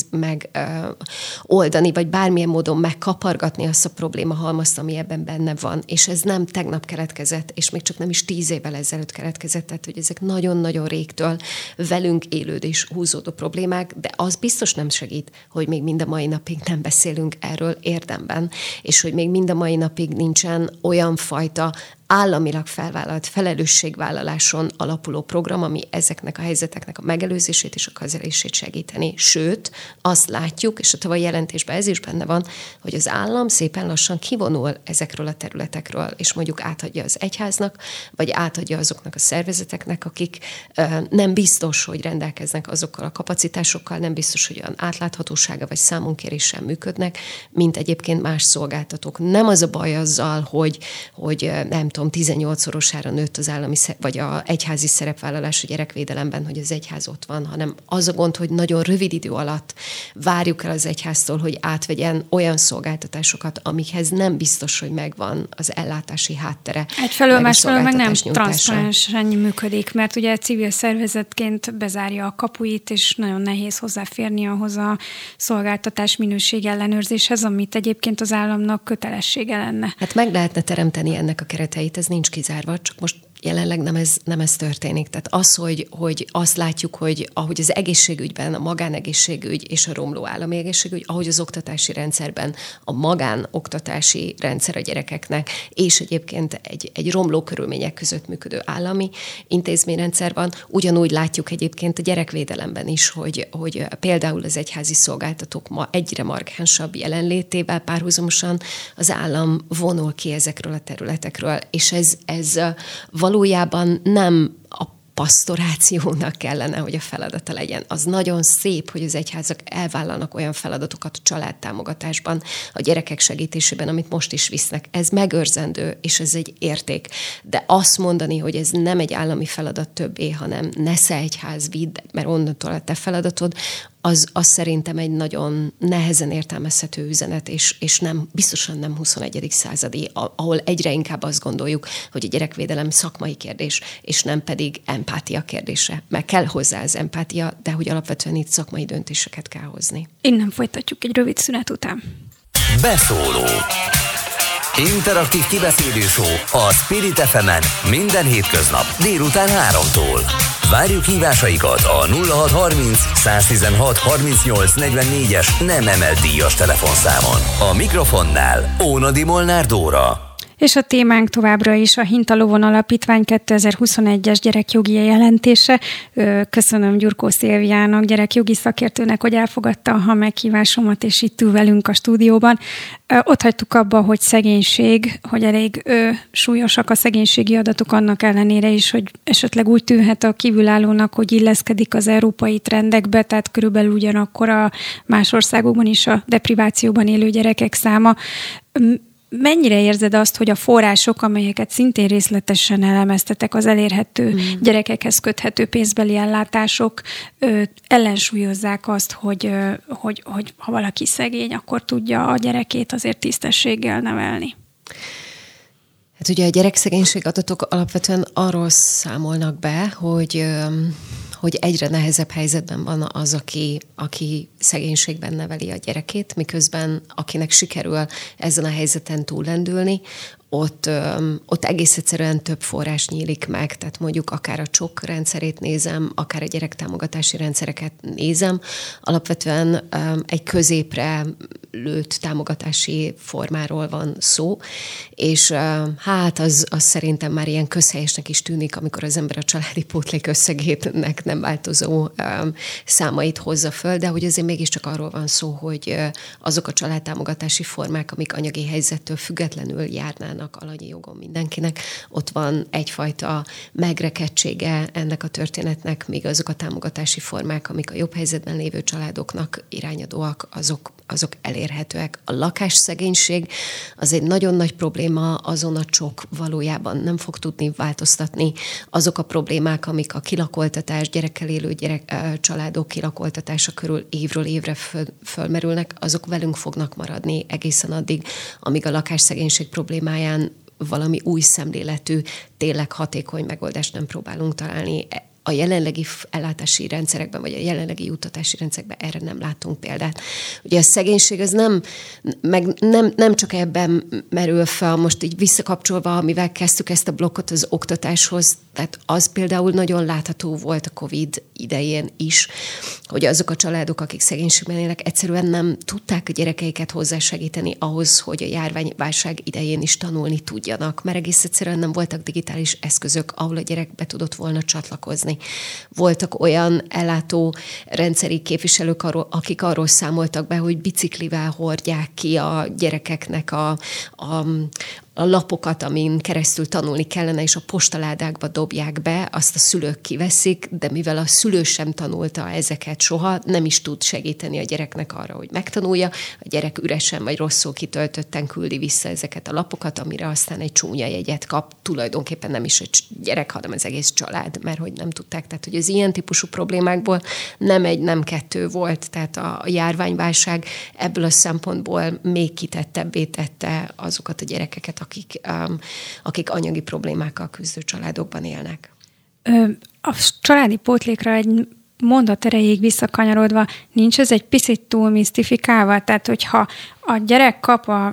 megoldani, vagy bármilyen módon megkapargatni azt a problémahalmazt, ami ebben benne van. És ez nem tegnap keletkezett, és még csak nem is 10 évvel ezelőtt keletkezett, tehát hogy ezek nagyon-nagyon régtől velünk élődő és húzódó problémák, de az biztos nem segít, hogy még mind a mai napig nem beszélünk erről érdemben, és hogy még mind a mai napig nincsen olyan fajta államilag felvállalt felelősségvállaláson alapuló program, ami ezeknek a helyzeteknek a megelőzését és a kezelését segíteni. Sőt, azt látjuk, és a tavalyi jelentésben ez is benne van, hogy az állam szépen lassan kivonul ezekről a területekről, és mondjuk átadja az egyháznak, vagy átadja azoknak a szervezeteknek, akik nem biztos, hogy rendelkeznek azokkal a kapacitásokkal, nem biztos, hogy olyan átláthatósága vagy számonkéréssel működnek, mint egyébként más szolgáltatók. Nem az a baj azzal, hogy nem tudom, 18-szorosára nőtt az állami vagy az egyházi szerepvállalás a gyerekvédelemben, hogy az egyház ott van, hanem az a gond, hogy nagyon rövid idő alatt várjuk el az egyháztól, hogy átvegyen olyan szolgáltatásokat, amikhez nem biztos, hogy megvan az ellátási háttere. Egyfelől, másfelől meg nem transzparensen működik, mert ugye civil szervezetként bezárja a kapuit, és nagyon nehéz hozzáférni ahhoz a szolgáltatás minőség ellenőrzéshez, amit egyébként az államnak kötelessége lenne. Hát meg lehetne teremteni ennek a kereteit, ez nincs kizárva, csak most Jelenleg nem ez történik. Tehát az, hogy azt látjuk, hogy ahogy az egészségügyben a magánegészségügy és a romló állami egészségügy, ahogy az oktatási rendszerben a magánoktatási rendszer a gyerekeknek, és egyébként egy romló körülmények között működő állami intézményrendszer van, ugyanúgy látjuk egyébként a gyerekvédelemben is, hogy például az egyházi szolgáltatók ma egyre markánsabb jelenlétével párhuzamosan az állam vonul ki ezekről a területekről, és ez valójában nem a pasztorációnak kellene, hogy a feladata legyen. Az nagyon szép, hogy az egyházak elvállalnak olyan feladatokat a családtámogatásban, a gyerekek segítésében, amit most is visznek. Ez megőrzendő, és ez egy érték. De azt mondani, hogy ez nem egy állami feladat többé, hanem nesze egyház, vidd, mert onnantól a te feladatod, az szerintem egy nagyon nehezen értelmezhető üzenet, és biztosan nem 21. századi, ahol egyre inkább azt gondoljuk, hogy a gyerekvédelem szakmai kérdés, és nem pedig empátia kérdése. Meg kell hozzá az empátia, de hogy alapvetően itt szakmai döntéseket kell hozni. Innen folytatjuk egy rövid szünet után. Beszóló. Interaktív kibeszélő show a Spirit FM-en minden hétköznap délután 3-tól. Várjuk hívásaikat a 0630 116 38 44-es nem emelt díjas telefonszámon. A mikrofonnál Ónodi Molnár Dóra. És a témánk továbbra is a Hintalovon Alapítvány 2021-es gyerekjogi jelentése. Köszönöm Gyurkó Szilviának, gyerekjogi szakértőnek, hogy elfogadta a meghívásomat, és itt ül velünk a stúdióban. Ott hagytuk abba, hogy szegénység, hogy elég súlyosak a szegénységi adatok annak ellenére is, hogy esetleg úgy tűnhet a kívülállónak, hogy illeszkedik az európai trendekbe, tehát körülbelül ugyanakkor a más országokban is a deprivációban élő gyerekek száma. Mennyire érzed azt, hogy a források, amelyeket szintén részletesen elemeztetek, az elérhető gyerekekhez köthető pénzbeli ellátások ellensúlyozzák azt, hogy ha valaki szegény, akkor tudja a gyerekét azért tisztességgel nevelni? Hát ugye a gyerekszegénység adatok alapvetően arról számolnak be, hogy egyre nehezebb helyzetben van az, aki szegénységben neveli a gyerekét, miközben akinek sikerül ezen a helyzeten túllendülni, ott egész egyszerűen több forrás nyílik meg, tehát mondjuk akár a CSOK rendszerét nézem, akár a gyerektámogatási rendszereket nézem, alapvetően egy középre lőtt támogatási formáról van szó, és hát az szerintem már ilyen közhelyesnek is tűnik, amikor az ember a családi pótlék összegének nem változó számait hozza föl, de hogy azért mégiscsak arról van szó, hogy azok a családtámogatási formák, amik anyagi helyzettől függetlenül járnának alanyi jogon mindenkinek, ott van egyfajta megrekedtsége ennek a történetnek, míg azok a támogatási formák, amik a jobb helyzetben lévő családoknak irányadóak, azok elérhetőek. A lakásszegénység az egy nagyon nagy probléma, azon a CSOK valójában nem fog tudni változtatni. Azok a problémák, amik a kilakoltatás, gyerekkel élő családok kilakoltatása körül évről évre fölmerülnek, azok velünk fognak maradni egészen addig, amíg a lakásszegénység problémáján valami új szemléletű, tényleg hatékony megoldást nem próbálunk találni. A jelenlegi ellátási rendszerekben, vagy a jelenlegi juttatási rendszerekben erre nem látunk példát. Ugye a szegénység az nem csak ebben merül fel, most így visszakapcsolva, amivel kezdtük ezt a blokkot az oktatáshoz, tehát az például nagyon látható volt a Covid idején is, hogy azok a családok, akik szegénységben élnek, egyszerűen nem tudták a gyerekeiket hozzásegíteni ahhoz, hogy a járványválság idején is tanulni tudjanak, mert egész egyszerűen nem voltak digitális eszközök, ahol a gyerek be tudott volna csatlakozni. Voltak olyan ellátó rendszeri képviselők, akik arról számoltak be, hogy biciklivel hordják ki a gyerekeknek a lapokat, amin keresztül tanulni kellene, és a postaládákba dobják be, azt a szülők kiveszik, de mivel a szülő sem tanulta ezeket soha, nem is tud segíteni a gyereknek arra, hogy megtanulja, a gyerek üresen vagy rosszul kitöltötten küldi vissza ezeket a lapokat, amire aztán egy csúnya jegyet kap, tulajdonképpen nem is egy gyerek, hanem az egész család, mert hogy nem tudták. Tehát, hogy az ilyen típusú problémákból nem egy, nem kettő volt, tehát a járványválság ebből a szempontból még kitettebbé tette azokat a gyerekeket, akik anyagi problémákkal küzdő családokban élnek. A családi pótlékra egy mondat erejéig visszakanyarodva, nincs ez egy picit túl misztifikálva? Tehát, hogyha a gyerek kap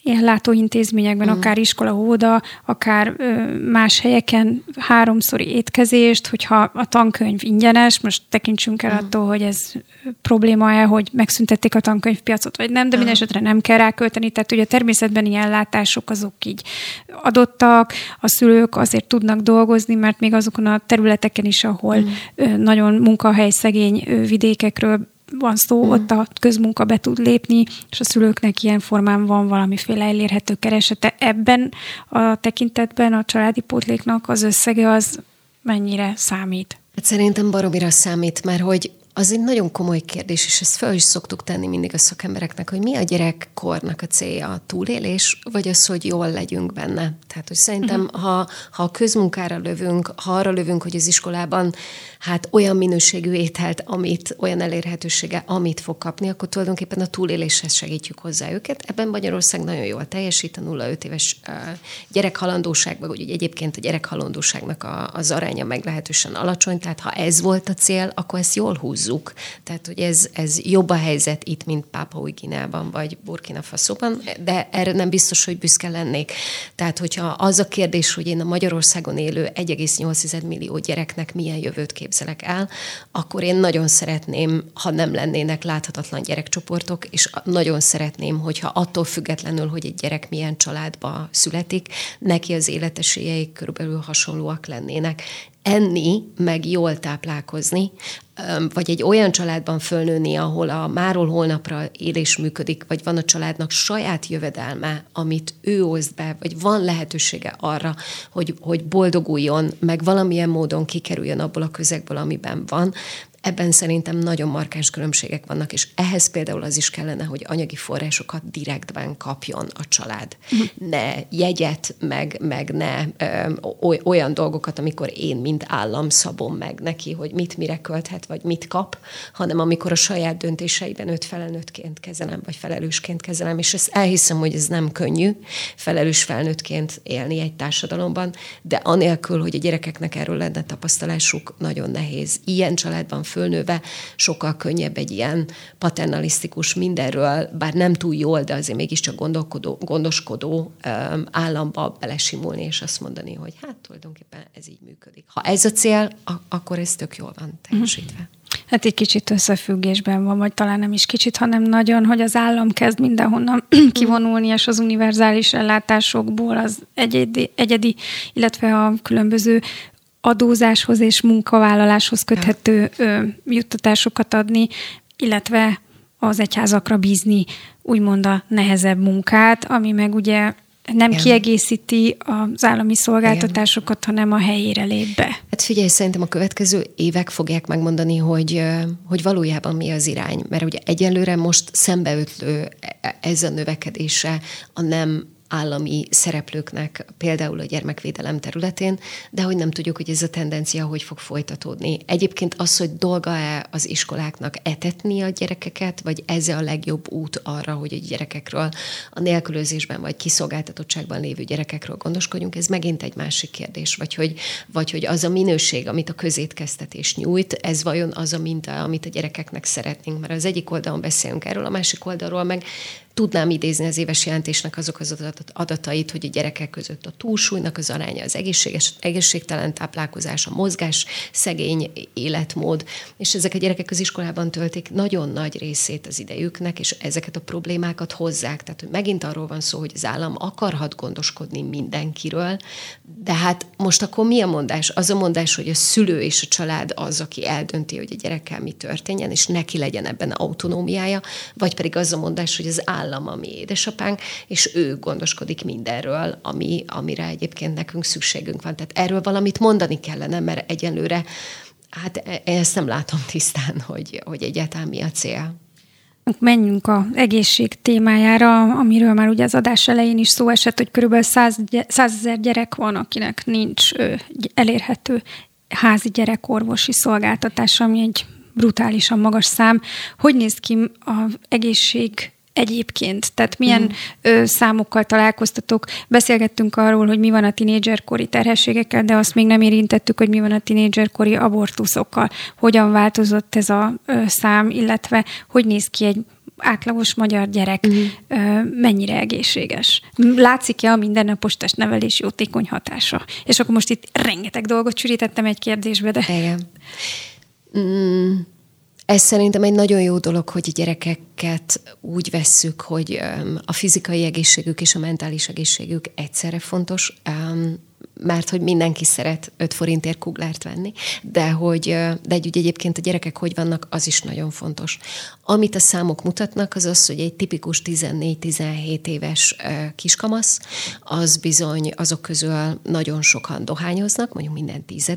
ilyen látóintézményekben, akár iskola, óvoda, akár más helyeken 3-szori étkezést, hogyha a tankönyv ingyenes, most tekintsünk el attól, hogy ez probléma-e, hogy megszüntették a tankönyvpiacot, vagy nem, de minden esetre nem kell rákölteni, tehát ugye a természetbeni ellátások azok így adottak, a szülők azért tudnak dolgozni, mert még azokon a területeken is, ahol nagyon munkahely szegény vidékekről van szó, ott a közmunka be tud lépni, és a szülőknek ilyen formán van valamiféle elérhető keresete. Ebben a tekintetben a családi pótléknak az összege az mennyire számít? Hát szerintem baromira számít, mert hogy az egy nagyon komoly kérdés, és ezt fel is szoktuk tenni mindig a szakembereknek, hogy mi a gyerekkornak a célja, a túlélés, vagy az, hogy jól legyünk benne. Tehát, hogy szerintem, ha a közmunkára lövünk, ha arra lövünk, hogy az iskolában hát olyan minőségű ételt, olyan elérhetősége, amit fog kapni, akkor tulajdonképpen a túléléshez segítjük hozzá őket. Ebben Magyarország nagyon jól teljesít, a 0-5 éves gyerekhalandóságban, úgy egyébként a gyerekhalandóságnak az aránya meglehetősen alacsony, tehát ha ez volt a cél, akkor ezt jól húzzuk. Tehát, hogy ez jobb a helyzet itt, mint Pápua-Új-Guineában vagy Burkina Fasóban, de erre nem biztos, hogy büszke lennék. Tehát, hogyha az a kérdés, hogy én a Magyarországon élő 1,8 millió gyereknek milyen jövőt képzelek el, akkor én nagyon szeretném, ha nem lennének láthatatlan gyerekcsoportok, és nagyon szeretném, hogyha attól függetlenül, hogy egy gyerek milyen családba születik, neki az életesélyei körülbelül hasonlóak lennének. Enni, meg jól táplálkozni, vagy egy olyan családban fölnőni, ahol a máról holnapra élés működik, vagy van a családnak saját jövedelme, amit ő oszt be, vagy van lehetősége arra, hogy boldoguljon, meg valamilyen módon kikerüljön abból a közegből, amiben van. Ebben szerintem nagyon markáns különbségek vannak, és ehhez például az is kellene, hogy anyagi forrásokat direktben kapjon a család. Ne jegyet, meg ne olyan dolgokat, amikor én, mint állam szabom meg neki, hogy mit mire költhet, vagy mit kap, hanem amikor a saját döntéseiben őt felnőttként kezelem, vagy felelősként kezelem, és ezt elhiszem, hogy ez nem könnyű felelős felnőttként élni egy társadalomban, de anélkül, hogy a gyerekeknek erről lenne tapasztalásuk, nagyon nehéz. Ilyen családban fölnőve sokkal könnyebb egy ilyen paternalisztikus mindenről, bár nem túl jól, de azért mégiscsak gondoskodó államba belesimulni, és azt mondani, hogy hát tulajdonképpen ez így működik. Ha ez a cél, akkor ez tök jól van teljesítve. Hát egy kicsit összefüggésben van, vagy talán nem is kicsit, hanem nagyon, hogy az állam kezd mindenhonnan kivonulni, és az univerzális ellátásokból az egyedi, illetve a különböző adózáshoz és munkavállaláshoz köthető juttatásokat adni, illetve az egyházakra bízni úgymond a nehezebb munkát, ami meg ugye nem kiegészíti az állami szolgáltatásokat, hanem a helyére lép be. Hát figyelj, szerintem a következő évek fogják megmondani, hogy valójában mi az irány. Mert ugye egyelőre most szembeötlő ez a növekedése a nem állami szereplőknek, például a gyermekvédelem területén, de hogy nem tudjuk, hogy ez a tendencia hogy fog folytatódni. Egyébként az, hogy dolga-e az iskoláknak etetni a gyerekeket, vagy ez a legjobb út arra, hogy a gyerekekről, a nélkülözésben vagy kiszolgáltatottságban lévő gyerekekről gondoskodjunk, ez megint egy másik kérdés. Vagy hogy az a minőség, amit a közétkeztetés nyújt, ez vajon az a minta, amit a gyerekeknek szeretnénk, mert az egyik oldalon beszélünk erről, a másik oldalról meg tudnám idézni az éves jelentésnek azok az adatait, hogy a gyerekek között a túlsúlynak az aránya, az egészségtelen táplálkozás, a mozgás, szegény életmód, és ezek a gyerekek az iskolában töltik nagyon nagy részét az idejüknek, és ezeket a problémákat hozzák. Tehát, hogy megint arról van szó, hogy az állam akarhat gondoskodni mindenkiről, de hát most akkor mi a mondás? Az a mondás, hogy a szülő és a család az, aki eldönti, hogy a gyerekkel mi történjen, és neki legyen ebben autonómiája, vagy pedig az a mondás, hogy az állam a mi édesapánk, és ő gondoskodik mindenről, amire egyébként nekünk szükségünk van. Tehát erről valamit mondani kellene, mert egyenlőre hát ezt nem látom tisztán, hogy egyáltalán mi a cél. Menjünk az egészség témájára, amiről már ugye az adás elején is szó esett, hogy körülbelül 100 000 gyerek van, akinek nincs elérhető házi gyerekorvosi szolgáltatás, ami egy brutálisan magas szám. Hogy néz ki az egészség egyébként? Tehát milyen számokkal találkoztatok? Beszélgettünk arról, hogy mi van a tinédzserkori terhességekkel, de azt még nem érintettük, hogy mi van a tinédzserkori abortuszokkal. Hogyan változott ez a szám, illetve hogy néz ki egy átlagos magyar gyerek mennyire egészséges? Látszik-e a mindennapos testnevelés jótékony hatása? És akkor most itt rengeteg dolgot sűrítettem egy kérdésbe, de... Igen. Ez szerintem egy nagyon jó dolog, hogy a gyerekeket úgy vesszük, hogy a fizikai egészségük és a mentális egészségük egyszerre fontos, mert hogy mindenki szeret 5 forintért kuglárt venni, de egyébként a gyerekek hogy vannak, az is nagyon fontos. Amit a számok mutatnak, az az, hogy egy tipikus 14-17 éves kiskamasz, az bizony azok közül nagyon sokan dohányoznak, mondjuk minden 10.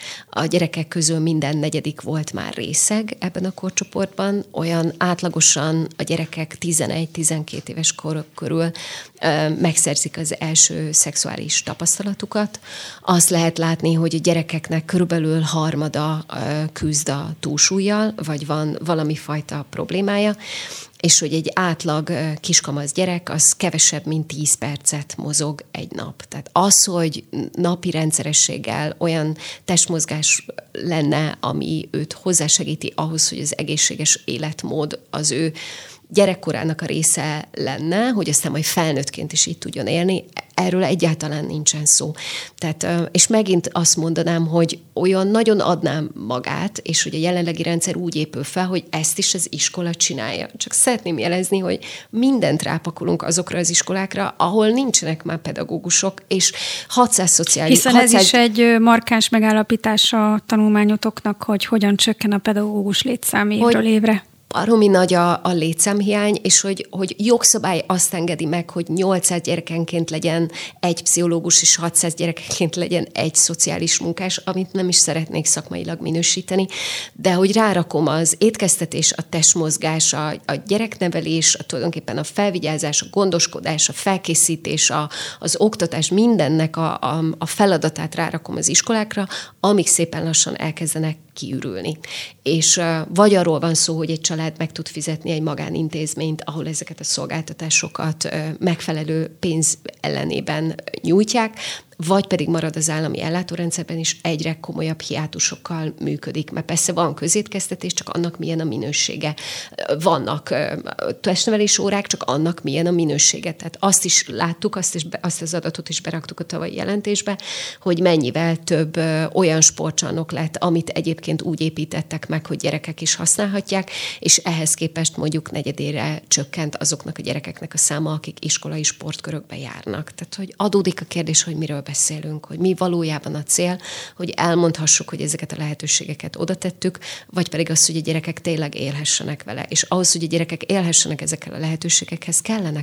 A gyerekek közül minden 4. volt már részeg ebben a korcsoportban, olyan átlagosan a gyerekek 11-12 éves kor körül megszerzik az első szexuális tapasztalatukat. Azt lehet látni, hogy a gyerekeknek körülbelül harmada küzd a túlsúllyal, vagy van valami fajta problémája, és hogy egy átlag kiskamasz gyerek az kevesebb, mint 10 percet mozog egy nap. Tehát az, hogy napi rendszerességgel olyan testmozgás lenne, ami őt hozzásegíti ahhoz, hogy az egészséges életmód az ő gyerekkorának a része lenne, hogy aztán majd felnőttként is így tudjon élni, erről egyáltalán nincsen szó. Tehát, és megint azt mondanám, hogy olyan nagyon adnám magát, és hogy a jelenlegi rendszer úgy épül fel, hogy ezt is az iskola csinálja. Csak szeretném jelezni, hogy mindent rápakolunk azokra az iskolákra, ahol nincsenek már pedagógusok, és 600 szociális... Hiszen ez is egy markáns megállapítás a tanulmányotoknak, hogy hogyan csökken a pedagógus létszám évről évre. Baromi nagy a létszámhiány, és hogy jogszabály azt engedi meg, hogy 800 gyerekenként legyen egy pszichológus, és 600 gyerekenként legyen egy szociális munkás, amit nem is szeretnék szakmailag minősíteni, de hogy rárakom az étkeztetés, a testmozgás, a gyereknevelés, tulajdonképpen a felvigyázás, a gondoskodás, a felkészítés, az oktatás, mindennek a feladatát rárakom az iskolákra, amíg szépen lassan elkezdenek kiürülni. És vagy arról van szó, hogy egy család meg tud fizetni egy magánintézményt, ahol ezeket a szolgáltatásokat megfelelő pénz ellenében nyújtják, vagy pedig marad az állami ellátórendszerben is egyre komolyabb hiátusokkal működik. Mert persze van közétkeztetés, csak annak milyen a minősége. Vannak testnevelés órák, csak annak milyen a minősége. Tehát azt is láttuk, azt az adatot is beraktuk a tavalyi jelentésbe, hogy mennyivel több olyan sportcsarnok lett, amit egyébként úgy építettek meg, hogy gyerekek is használhatják, és ehhez képest mondjuk negyedére csökkent azoknak a gyerekeknek a száma, akik iskolai sportkörökbe járnak. Tehát, hogy adódik a kérdés, hogy miről beszélünk, hogy mi valójában a cél, hogy elmondhassuk, hogy ezeket a lehetőségeket oda tettük, vagy pedig az, hogy a gyerekek tényleg élhessenek vele. És ahhoz, hogy a gyerekek élhessenek ezekkel a lehetőségekhez,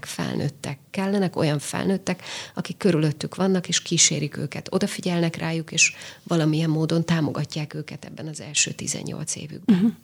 kellenek olyan felnőttek, akik körülöttük vannak, és kísérik őket, odafigyelnek rájuk, és valamilyen módon támogatják őket ebben az első 18 évükben.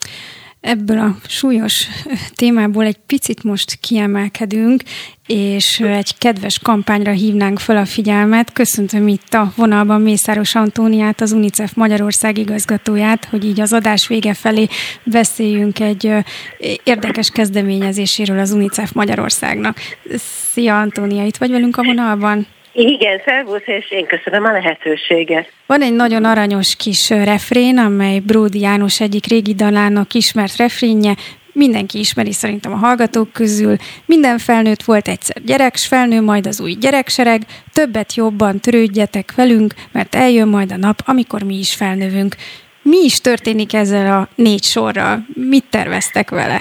Ebből a súlyos témából egy picit most kiemelkedünk, és egy kedves kampányra hívnánk föl a figyelmet. Köszöntöm itt a vonalban Mészáros Antóniát, az UNICEF Magyarország igazgatóját, hogy így az adás vége felé beszéljünk egy érdekes kezdeményezéséről az UNICEF Magyarországnak. Szia Antónia, itt vagy velünk a vonalban? Igen, szervusz, és én köszönöm a lehetőséget. Van egy nagyon aranyos kis refrén, amely Bródi János egyik régi dalának ismert refrénje. Mindenki ismeri szerintem a hallgatók közül. Minden felnőtt volt egyszer gyerek, s felnő majd az új gyereksereg. Többet jobban törődjetek velünk, mert eljön majd a nap, amikor mi is felnövünk. Mi is történik ezzel a 4 sorral? Mit terveztek vele?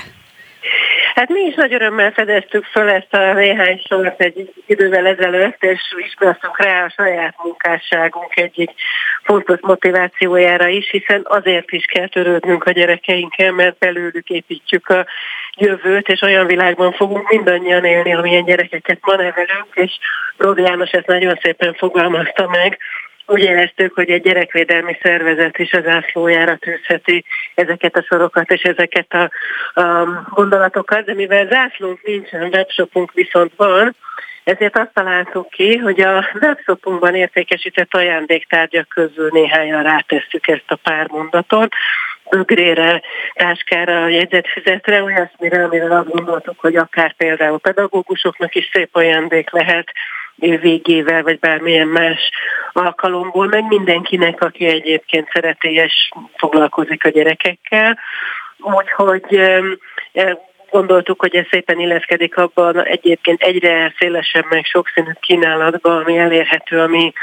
Hát mi is nagy örömmel fedeztük föl ezt a néhány sort egy idővel ezelőtt, és ismertünk rá a saját munkásságunk egyik fontos motivációjára is, hiszen azért is kell törődnünk a gyerekeinkkel, mert belőlük építjük a jövőt, és olyan világban fogunk mindannyian élni, amilyen gyerekeket ma nevelünk, és Bródi János ezt nagyon szépen fogalmazta meg. Úgy éreztük, hogy egy gyerekvédelmi szervezet is az zászlójára tűzheti ezeket a sorokat és ezeket a gondolatokat, de mivel zászlónk nincsen, webshopunk viszont van, ezért azt találtuk ki, hogy a webshopunkban értékesített ajándéktárgyak közül néhányan rátesszük ezt a pár mondatot, bögrére, táskára, jegyzetfüzetre, olyasmire, amivel azt gondoltuk, hogy akár például pedagógusoknak is szép ajándék lehet, végével, vagy bármilyen más alkalomból, meg mindenkinek, aki egyébként szereti és foglalkozik a gyerekekkel. Úgyhogy gondoltuk, hogy ez szépen illeszkedik abban egyébként egyre szélesebb, meg sokszínű kínálatba, ami elérhető a mi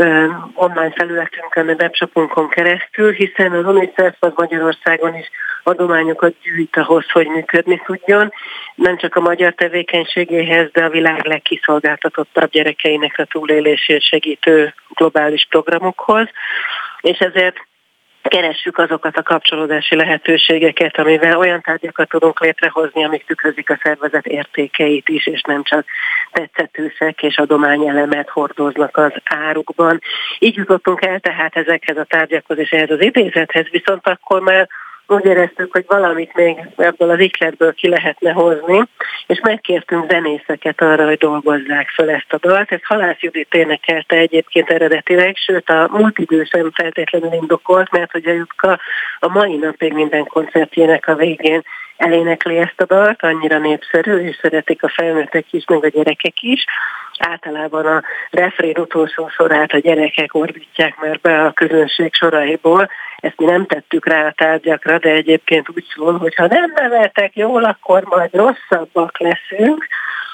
online felületünkön, a webshopunkon keresztül, hiszen az UNICEF az Magyarországon is adományokat gyűjt ahhoz, hogy működni tudjon, nem csak a magyar tevékenységéhez, de a világ legkiszolgáltatottabb gyerekeinek a túlélését segítő globális programokhoz, és ezért keressük azokat a kapcsolódási lehetőségeket, amivel olyan tárgyakat tudunk létrehozni, amik tükrözik a szervezet értékeit is, és nem csak tetszetőszek és adományelemet hordoznak az árukban. Így jutottunk el tehát ezekhez a tárgyakhoz és ehhez az idézethez, viszont akkor már úgy éreztük, hogy valamit még ebből az ikletből ki lehetne hozni, és megkértünk zenészeket arra, hogy dolgozzák fel ezt a dalt. Ez Halász Judit énekelte egyébként eredetileg, sőt a múlt idő sem feltétlenül indokolt, mert hogy a Jutka a mai napig minden koncertjének a végén elénekli ezt a dalt, annyira népszerű, és szeretik a felnőttek is, meg a gyerekek is. Általában a refrén utolsó sorát a gyerekek ordítják már be a közönség soraiból. Ezt mi nem tettük rá a tárgyakra, de egyébként úgy szól, hogy ha nem neveltek jól, akkor majd rosszabbak leszünk.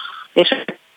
És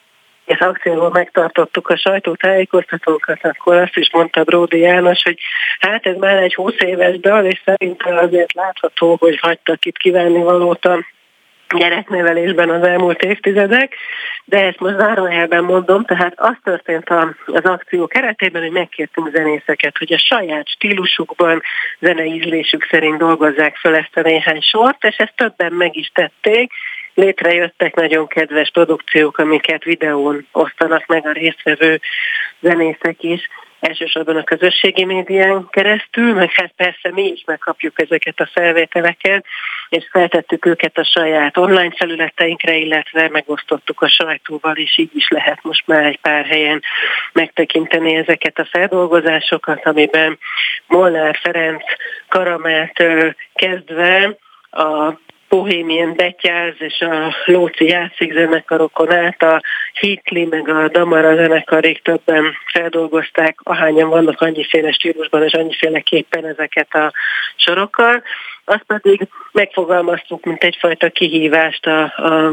az akcióból megtartottuk a sajtótájékoztatókat, akkor azt is mondta Bródi János, hogy hát ez már egy 20 éves dal, és szerintem azért látható, hogy hagytak itt kívánnivalót a gyereknevelésben az elmúlt évtizedek, de ezt most zárójelben mondom, tehát az történt az akció keretében, hogy megkértünk zenészeket, hogy a saját stílusukban, zenei ízlésük szerint dolgozzák fel ezt a néhány sort, és ezt többen meg is tették. Létrejöttek nagyon kedves produkciók, amiket videón osztanak meg a résztvevő zenészek is, elsősorban a közösségi médián keresztül, meg hát persze mi is megkapjuk ezeket a felvételeket, és feltettük őket a saját online felületeinkre, illetve megosztottuk a sajtóval, és így is lehet most már egy pár helyen megtekinteni ezeket a feldolgozásokat, amiben Molnár Ferenc Karamától kezdve a Bohemian Betyáz és a Lóci játszik zenekarokon át, a Hitli meg a Damara zenekarig többen feldolgozták, ahányan vannak annyiféle stílusban és annyiféleképpen ezeket a sorokkal. Azt pedig megfogalmaztuk, mint egyfajta kihívást a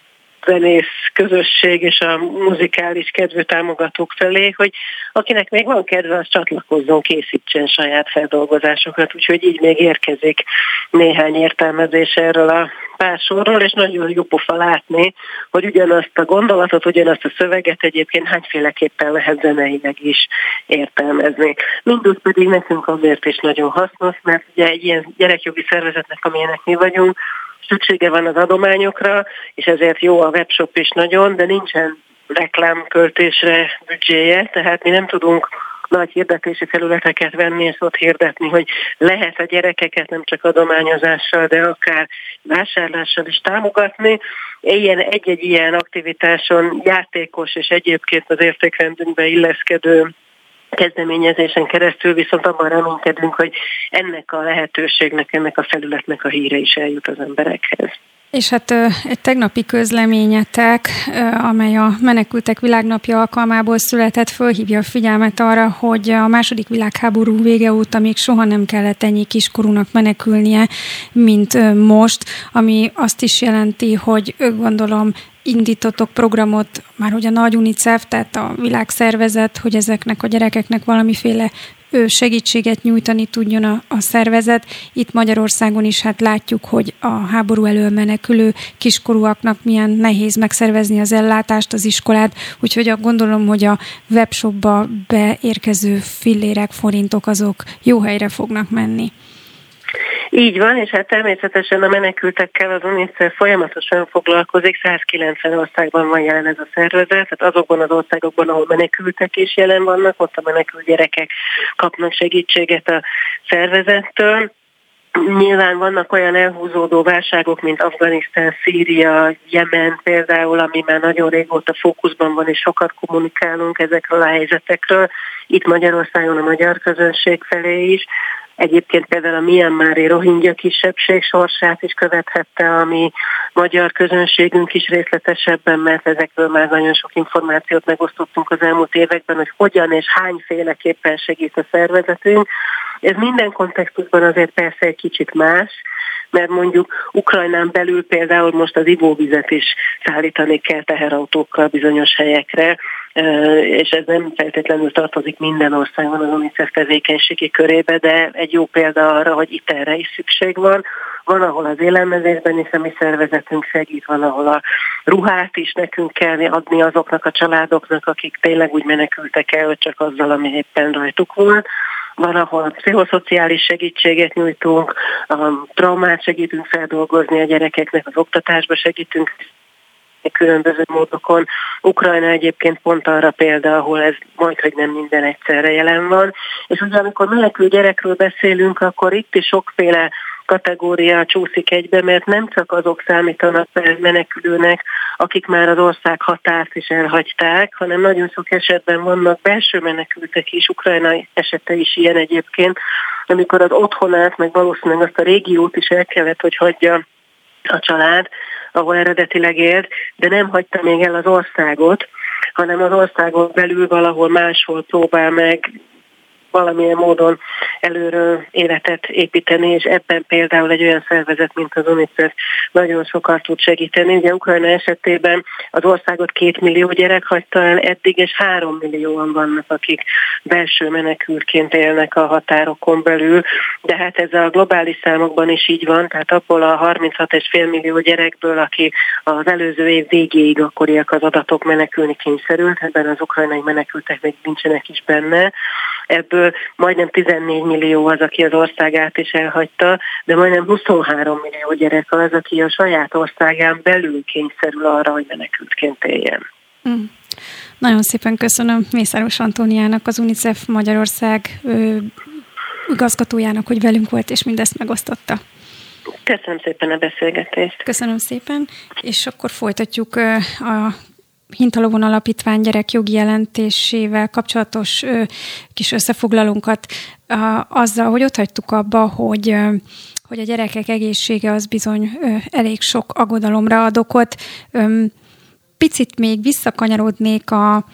zenész közösség és a muzikális kedvű támogatók felé, hogy akinek még van kedve, az csatlakozzon, készítsen saját feldolgozásokat, úgyhogy így még érkezik néhány értelmezés erről a pár sorról, és nagyon jó pofa látni, hogy ugyanazt a gondolatot, ugyanazt a szöveget egyébként hányféleképpen lehet zeneileg is értelmezni. Mindúgy pedig nekünk azért is nagyon hasznos, mert ugye egy ilyen gyerekjogi szervezetnek, amilyenek mi vagyunk, szüksége van az adományokra, és ezért jó a webshop is nagyon, de nincsen reklámköltésre büdzséje, tehát mi nem tudunk nagy hirdetési felületeket venni, és ott hirdetni, hogy lehet a gyerekeket nem csak adományozással, de akár vásárlással is támogatni. Egy-egy ilyen aktivitáson játékos és egyébként az értékrendünkbe illeszkedő kezdeményezésen keresztül viszont abban reménykedünk, hogy ennek a lehetőségnek, ennek a felületnek a híre is eljut az emberekhez. És hát egy tegnapi közleményetek, amely a Menekültek Világnapja alkalmából született, fölhívja a figyelmet arra, hogy a második világháború vége óta még soha nem kellett ennyi kiskorúnak menekülnie, mint most, ami azt is jelenti, hogy gondolom indítottok programot, már hogy a nagy UNICEF, tehát a világszervezet, hogy ezeknek a gyerekeknek valamiféle segítséget nyújtani tudjon a szervezet. Itt Magyarországon is hát látjuk, hogy a háború elől menekülő kiskorúaknak milyen nehéz megszervezni az ellátást, az iskolát, úgyhogy gondolom, hogy a webshopba beérkező fillérek, forintok azok jó helyre fognak menni. Így van, és hát természetesen a menekültekkel az UNICEF folyamatosan foglalkozik, 190 országban van jelen ez a szervezet, tehát azokban az országokban, ahol menekültek is jelen vannak, ott a menekült gyerekek kapnak segítséget a szervezettől. Nyilván vannak olyan elhúzódó válságok, mint Afganisztán, Szíria, Jemen például, ami már nagyon régóta fókuszban van, és sokat kommunikálunk ezekről a helyzetekről. Itt Magyarországon a magyar közönség felé is. Egyébként például a Myanmari rohingya kisebbség sorsát is követhette a mi magyar közönségünk is részletesebben, mert ezekről már nagyon sok információt megosztottunk az elmúlt években, hogy hogyan és hányféleképpen segít a szervezetünk. Ez minden kontextusban azért persze egy kicsit más, mert mondjuk Ukrajnán belül például most az ivóvizet is szállítani kell teherautókkal bizonyos helyekre, és ez nem feltétlenül tartozik minden országban az UNICEF tevékenységi körébe, de egy jó példa arra, hogy itt erre is szükség van. Van, ahol az élelmezésben is a mi szervezetünk segít, van, ahol a ruhát is nekünk kell adni azoknak a családoknak, akik tényleg úgy menekültek el, hogy csak azzal, ami éppen rajtuk volt. Van, ahol pszichoszociális segítséget nyújtunk, a traumát segítünk feldolgozni a gyerekeknek, az oktatásba segítünk különböző módokon. Ukrajna egyébként pont arra példa, ahol ez majdhogy nem minden egyszerre jelen van. És ugye amikor menekül gyerekről beszélünk, akkor itt is sokféle kategória csúszik egybe, mert nem csak azok számítanak menekülőnek, akik már az ország határt is elhagyták, hanem nagyon sok esetben vannak belső menekültek is, Ukrajna esete is ilyen egyébként, amikor az otthonát, meg valószínűleg azt a régiót is el kellett, hogy hagyja a család, ahol eredetileg élt, de nem hagyta még el az országot, hanem az országon belül valahol máshol próbál meg valamilyen módon előről életet építeni, és ebben például egy olyan szervezet, mint az UNICEF nagyon sokat tud segíteni. Ugye Ukrajna esetében az országot 2 millió gyerek hagyta el eddig, és 3 millióan vannak, akik belső menekültként élnek a határokon belül, de hát ez a globális számokban is így van, tehát abból a 36,5 millió gyerekből, aki az előző év végéig akkoriak az adatok menekülni kényszerült, ebben az ukrajnai menekültek még nincsenek is benne. Ebből majdnem 14 millió az, aki az országát is elhagyta, de majdnem 23 millió gyerek az, aki a saját országán belül kényszerül arra, hogy menekültként éljen. Nagyon szépen köszönöm Mészáros Antóniának, az UNICEF Magyarország igazgatójának, hogy velünk volt, és mindezt megosztotta. Köszönöm szépen a beszélgetést. Köszönöm szépen, és akkor folytatjuk a Hintalovon Alapítvány gyerekjogi jelentésével kapcsolatos kis összefoglalónkat azzal, hogy ott hagytuk abba, hogy a gyerekek egészsége az bizony elég sok aggodalomra ad okot. Picit még visszakanyarodnék a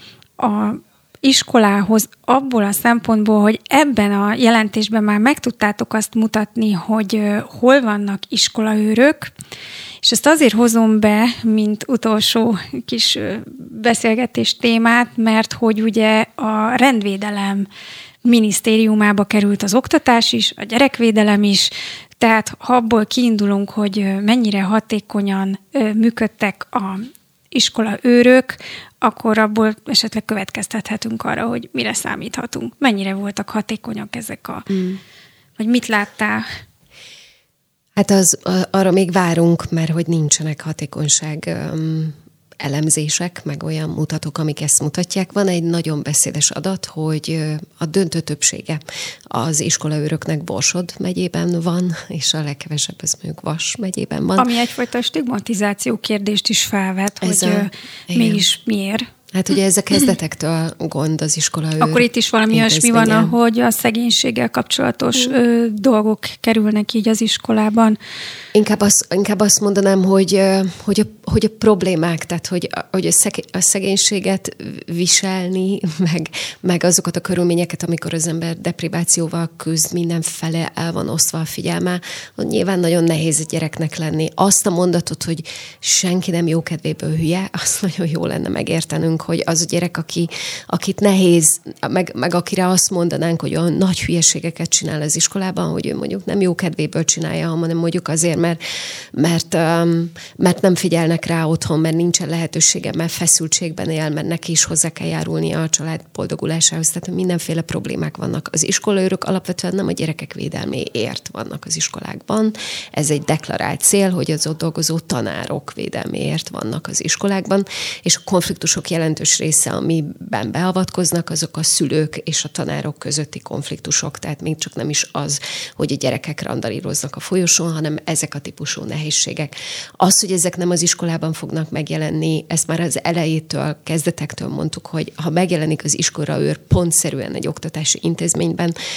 iskolához abból a szempontból, hogy ebben a jelentésben már meg tudtátok azt mutatni, hogy hol vannak iskolaőrök, és ezt azért hozom be, mint utolsó kis beszélgetés témát, mert hogy ugye a rendvédelem minisztériumába került az oktatás is, a gyerekvédelem is, tehát ha abból kiindulunk, hogy mennyire hatékonyan működtek a iskolaőrök, akkor abból esetleg következtethetünk arra, hogy mire számíthatunk. Mennyire voltak hatékonyak ezek vagy mit láttál? Hát arra még várunk, mert hogy nincsenek hatékonyság elemzések, meg olyan mutatók, amik ezt mutatják. Van egy nagyon beszédes adat, hogy a döntő többsége az iskolaőröknek Borsod megyében van, és a legkevesebb az mondjuk Vas megyében van. Ami egyfajta stigmatizáció kérdést is felvet, hogy mégis miért. Hát ugye ez a kezdetektől gond az iskolaőr. Akkor itt is valami olyasmi van, ahogy a szegénységgel kapcsolatos dolgok kerülnek így az iskolában. Inkább azt mondanám, hogy a problémák, tehát hogy a szegénységet viselni, meg azokat a körülményeket, amikor az ember deprivációval küzd, mindenfele el van osztva a figyelme, hogy nyilván nagyon nehéz egy gyereknek lenni. Azt a mondatot, hogy senki nem jókedvéből hülye, azt nagyon jó lenne megértenünk, hogy az a gyerek, akit nehéz, meg akire azt mondanánk, hogy olyan nagy hülyeségeket csinál az iskolában, hogy ő mondjuk nem jókedvéből csinálja, hanem mondjuk azért, mert nem figyelnek rá otthon, mert nincsen lehetősége, mert feszültségben él, mert neki is hozzá kell járulnia a család boldogulásához. Tehát mindenféle problémák vannak. Az iskolaőrök alapvetően nem a gyerekek védelméért vannak az iskolákban. Ez egy deklarált cél, hogy az ott dolgozó tanárok védelméért vannak az iskolákban, és a konfliktusok jelentős része, amiben beavatkoznak, azok a szülők és a tanárok közötti konfliktusok. Tehát még csak nem is az, hogy a gyerekek randalíroznak a folyosón, hanem ezek a típusú nehézségek. Az, hogy ezek nem az iskolában fognak megjelenni, ezt már az elejétől, kezdetektől mondtuk, hogy ha megjelenik az iskolaőr pontszerűen egy oktatási intézményben,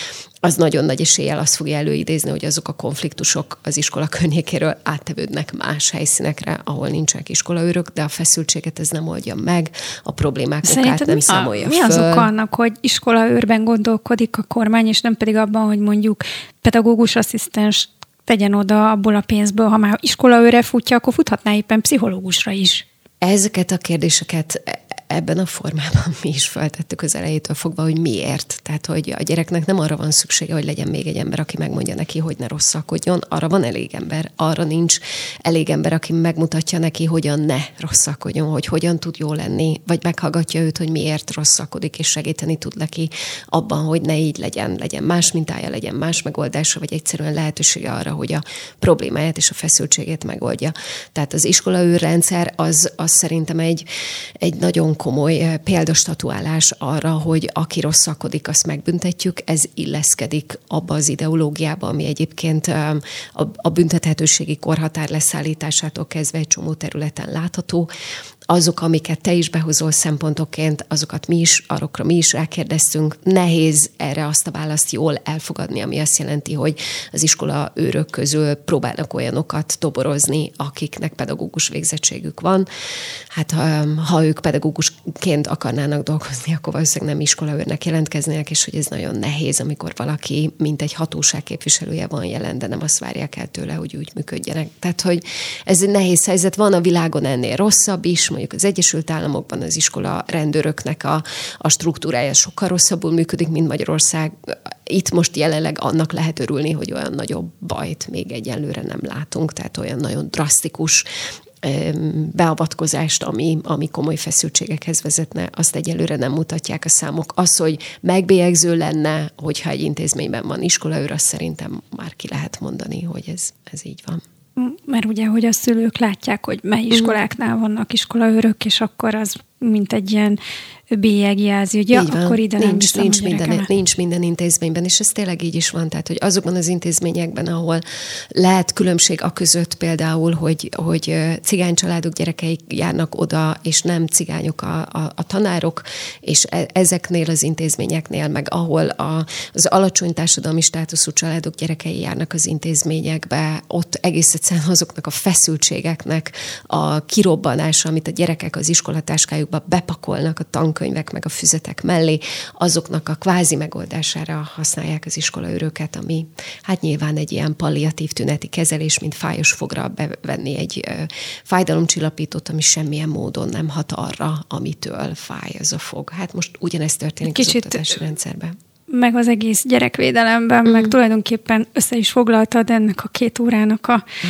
az nagyon nagy eséllyel azt fogja előidézni, hogy azok a konfliktusok az iskola környékéről áttevődnek más helyszínekre, ahol nincsenek iskolaőrök, de a feszültséget ez nem oldja meg, a problémák okát nem számolja föl. Mi az oka annak, hogy iskolaőrben gondolkodik a kormány, és nem pedig abban, hogy mondjuk pedagógus asszisztens tegyen oda abból a pénzből, ha már iskolaőre futja, akkor futhatná éppen pszichológusra is. Ezeket a kérdéseket ebben a formában mi is feltettük az elejétől fogva, hogy miért. Tehát, hogy a gyereknek nem arra van szüksége, hogy legyen még egy ember, aki megmondja neki, hogy ne rosszalkodjon. Arra van elég ember. Arra nincs elég ember, aki megmutatja neki, hogyan ne rosszalkodjon, hogy hogyan tud jó lenni, vagy meghallgatja őt, hogy miért rosszalkodik, és segíteni tud neki abban, hogy ne így legyen más mintája, legyen más megoldása, vagy egyszerűen lehetősége arra, hogy a problémáját és a feszültségét megoldja. Tehát az iskolaőrrendszer az szerintem egy nagyon komoly példastatuálás arra, hogy aki rosszalkodik, azt megbüntetjük, ez illeszkedik abba az ideológiába, ami egyébként a büntethetőségi korhatár leszállításától kezdve egy csomó területen látható. Azok, amiket te is behozol szempontokként, arra mi is rákérdeztünk. Nehéz erre azt a választ jól elfogadni, ami azt jelenti, hogy az iskola őrök közül próbálnak olyanokat toborozni, akiknek pedagógus végzettségük van. Hát ha ők pedagógusként akarnának dolgozni, akkor valószínűleg nem iskolaőrnek jelentkeznének, és hogy ez nagyon nehéz, amikor valaki mint egy hatóság képviselője van jelen, de nem azt várják el tőle, hogy úgy működjenek. Tehát, hogy ez egy nehéz helyzet. Van a világon ennél rosszabb is, mondjuk az Egyesült Államokban az iskola rendőröknek a struktúrája sokkal rosszabbul működik, mint Magyarország. Itt most jelenleg annak lehet örülni, hogy olyan nagyobb bajt még egyelőre nem látunk, tehát olyan nagyon drasztikus beavatkozást, ami komoly feszültségekhez vezetne, azt egyelőre nem mutatják a számok. Az, hogy megbélyegző lenne, hogyha egy intézményben van iskolaőr, azt szerintem már ki lehet mondani, hogy ez így van. Mert ugye, hogy a szülők látják, hogy mely iskoláknál vannak iskolaőrök, és akkor az mint egy ilyen bélyeg jelzi, hogy akkor ide nincs minden intézményben, és ez tényleg így is van. Tehát, hogy azokban az intézményekben, ahol lehet különbség aközött például, hogy cigány családok gyerekei járnak oda, és nem cigányok a tanárok, és ezeknél az intézményeknél, meg ahol az alacsony társadalmi státuszú családok gyerekei járnak az intézményekbe, ott egész egyszerűen azoknak a feszültségeknek a kirobbanása, amit a gyerekek az iskolatáskájukba bepakolnak a tankönyvek meg a füzetek mellé, azoknak a kvázi megoldására használják az iskolaőröket, ami hát nyilván egy ilyen palliatív tüneti kezelés, mint fájos fogra bevenni egy fájdalomcsillapítót, ami semmilyen módon nem hat arra, amitől fáj az a fog. Hát most ugyanezt történik az oktatási rendszerben. Meg az egész gyerekvédelemben, meg tulajdonképpen össze is foglaltad ennek a 2 órának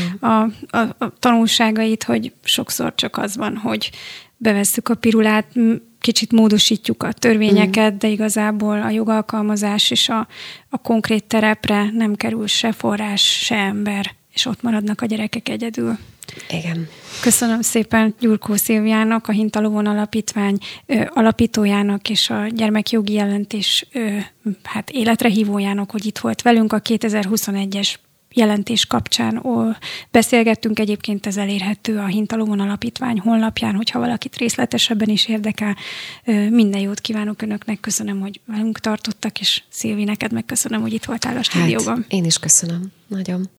a tanulságait, hogy sokszor csak az van, hogy bevesszük a pirulát, kicsit módosítjuk a törvényeket, de igazából a jogalkalmazás és a konkrét terepre nem kerül se forrás, se ember, és ott maradnak a gyerekek egyedül. Igen. Köszönöm szépen Gyurkó Szilviának, a Hintalovon Alapítvány alapítójának és a gyermekjogi jelentés életre hívójának, hogy itt volt velünk a 2021-es jelentés kapcsán. Beszélgettünk, egyébként ez elérhető a Hintalovon Alapítvány honlapján, hogyha valakit részletesebben is érdekel. Minden jót kívánok önöknek, köszönöm, hogy velünk tartottak, és Szilvi, neked megköszönöm, hogy itt voltál a stúdióban. Én is köszönöm, nagyon.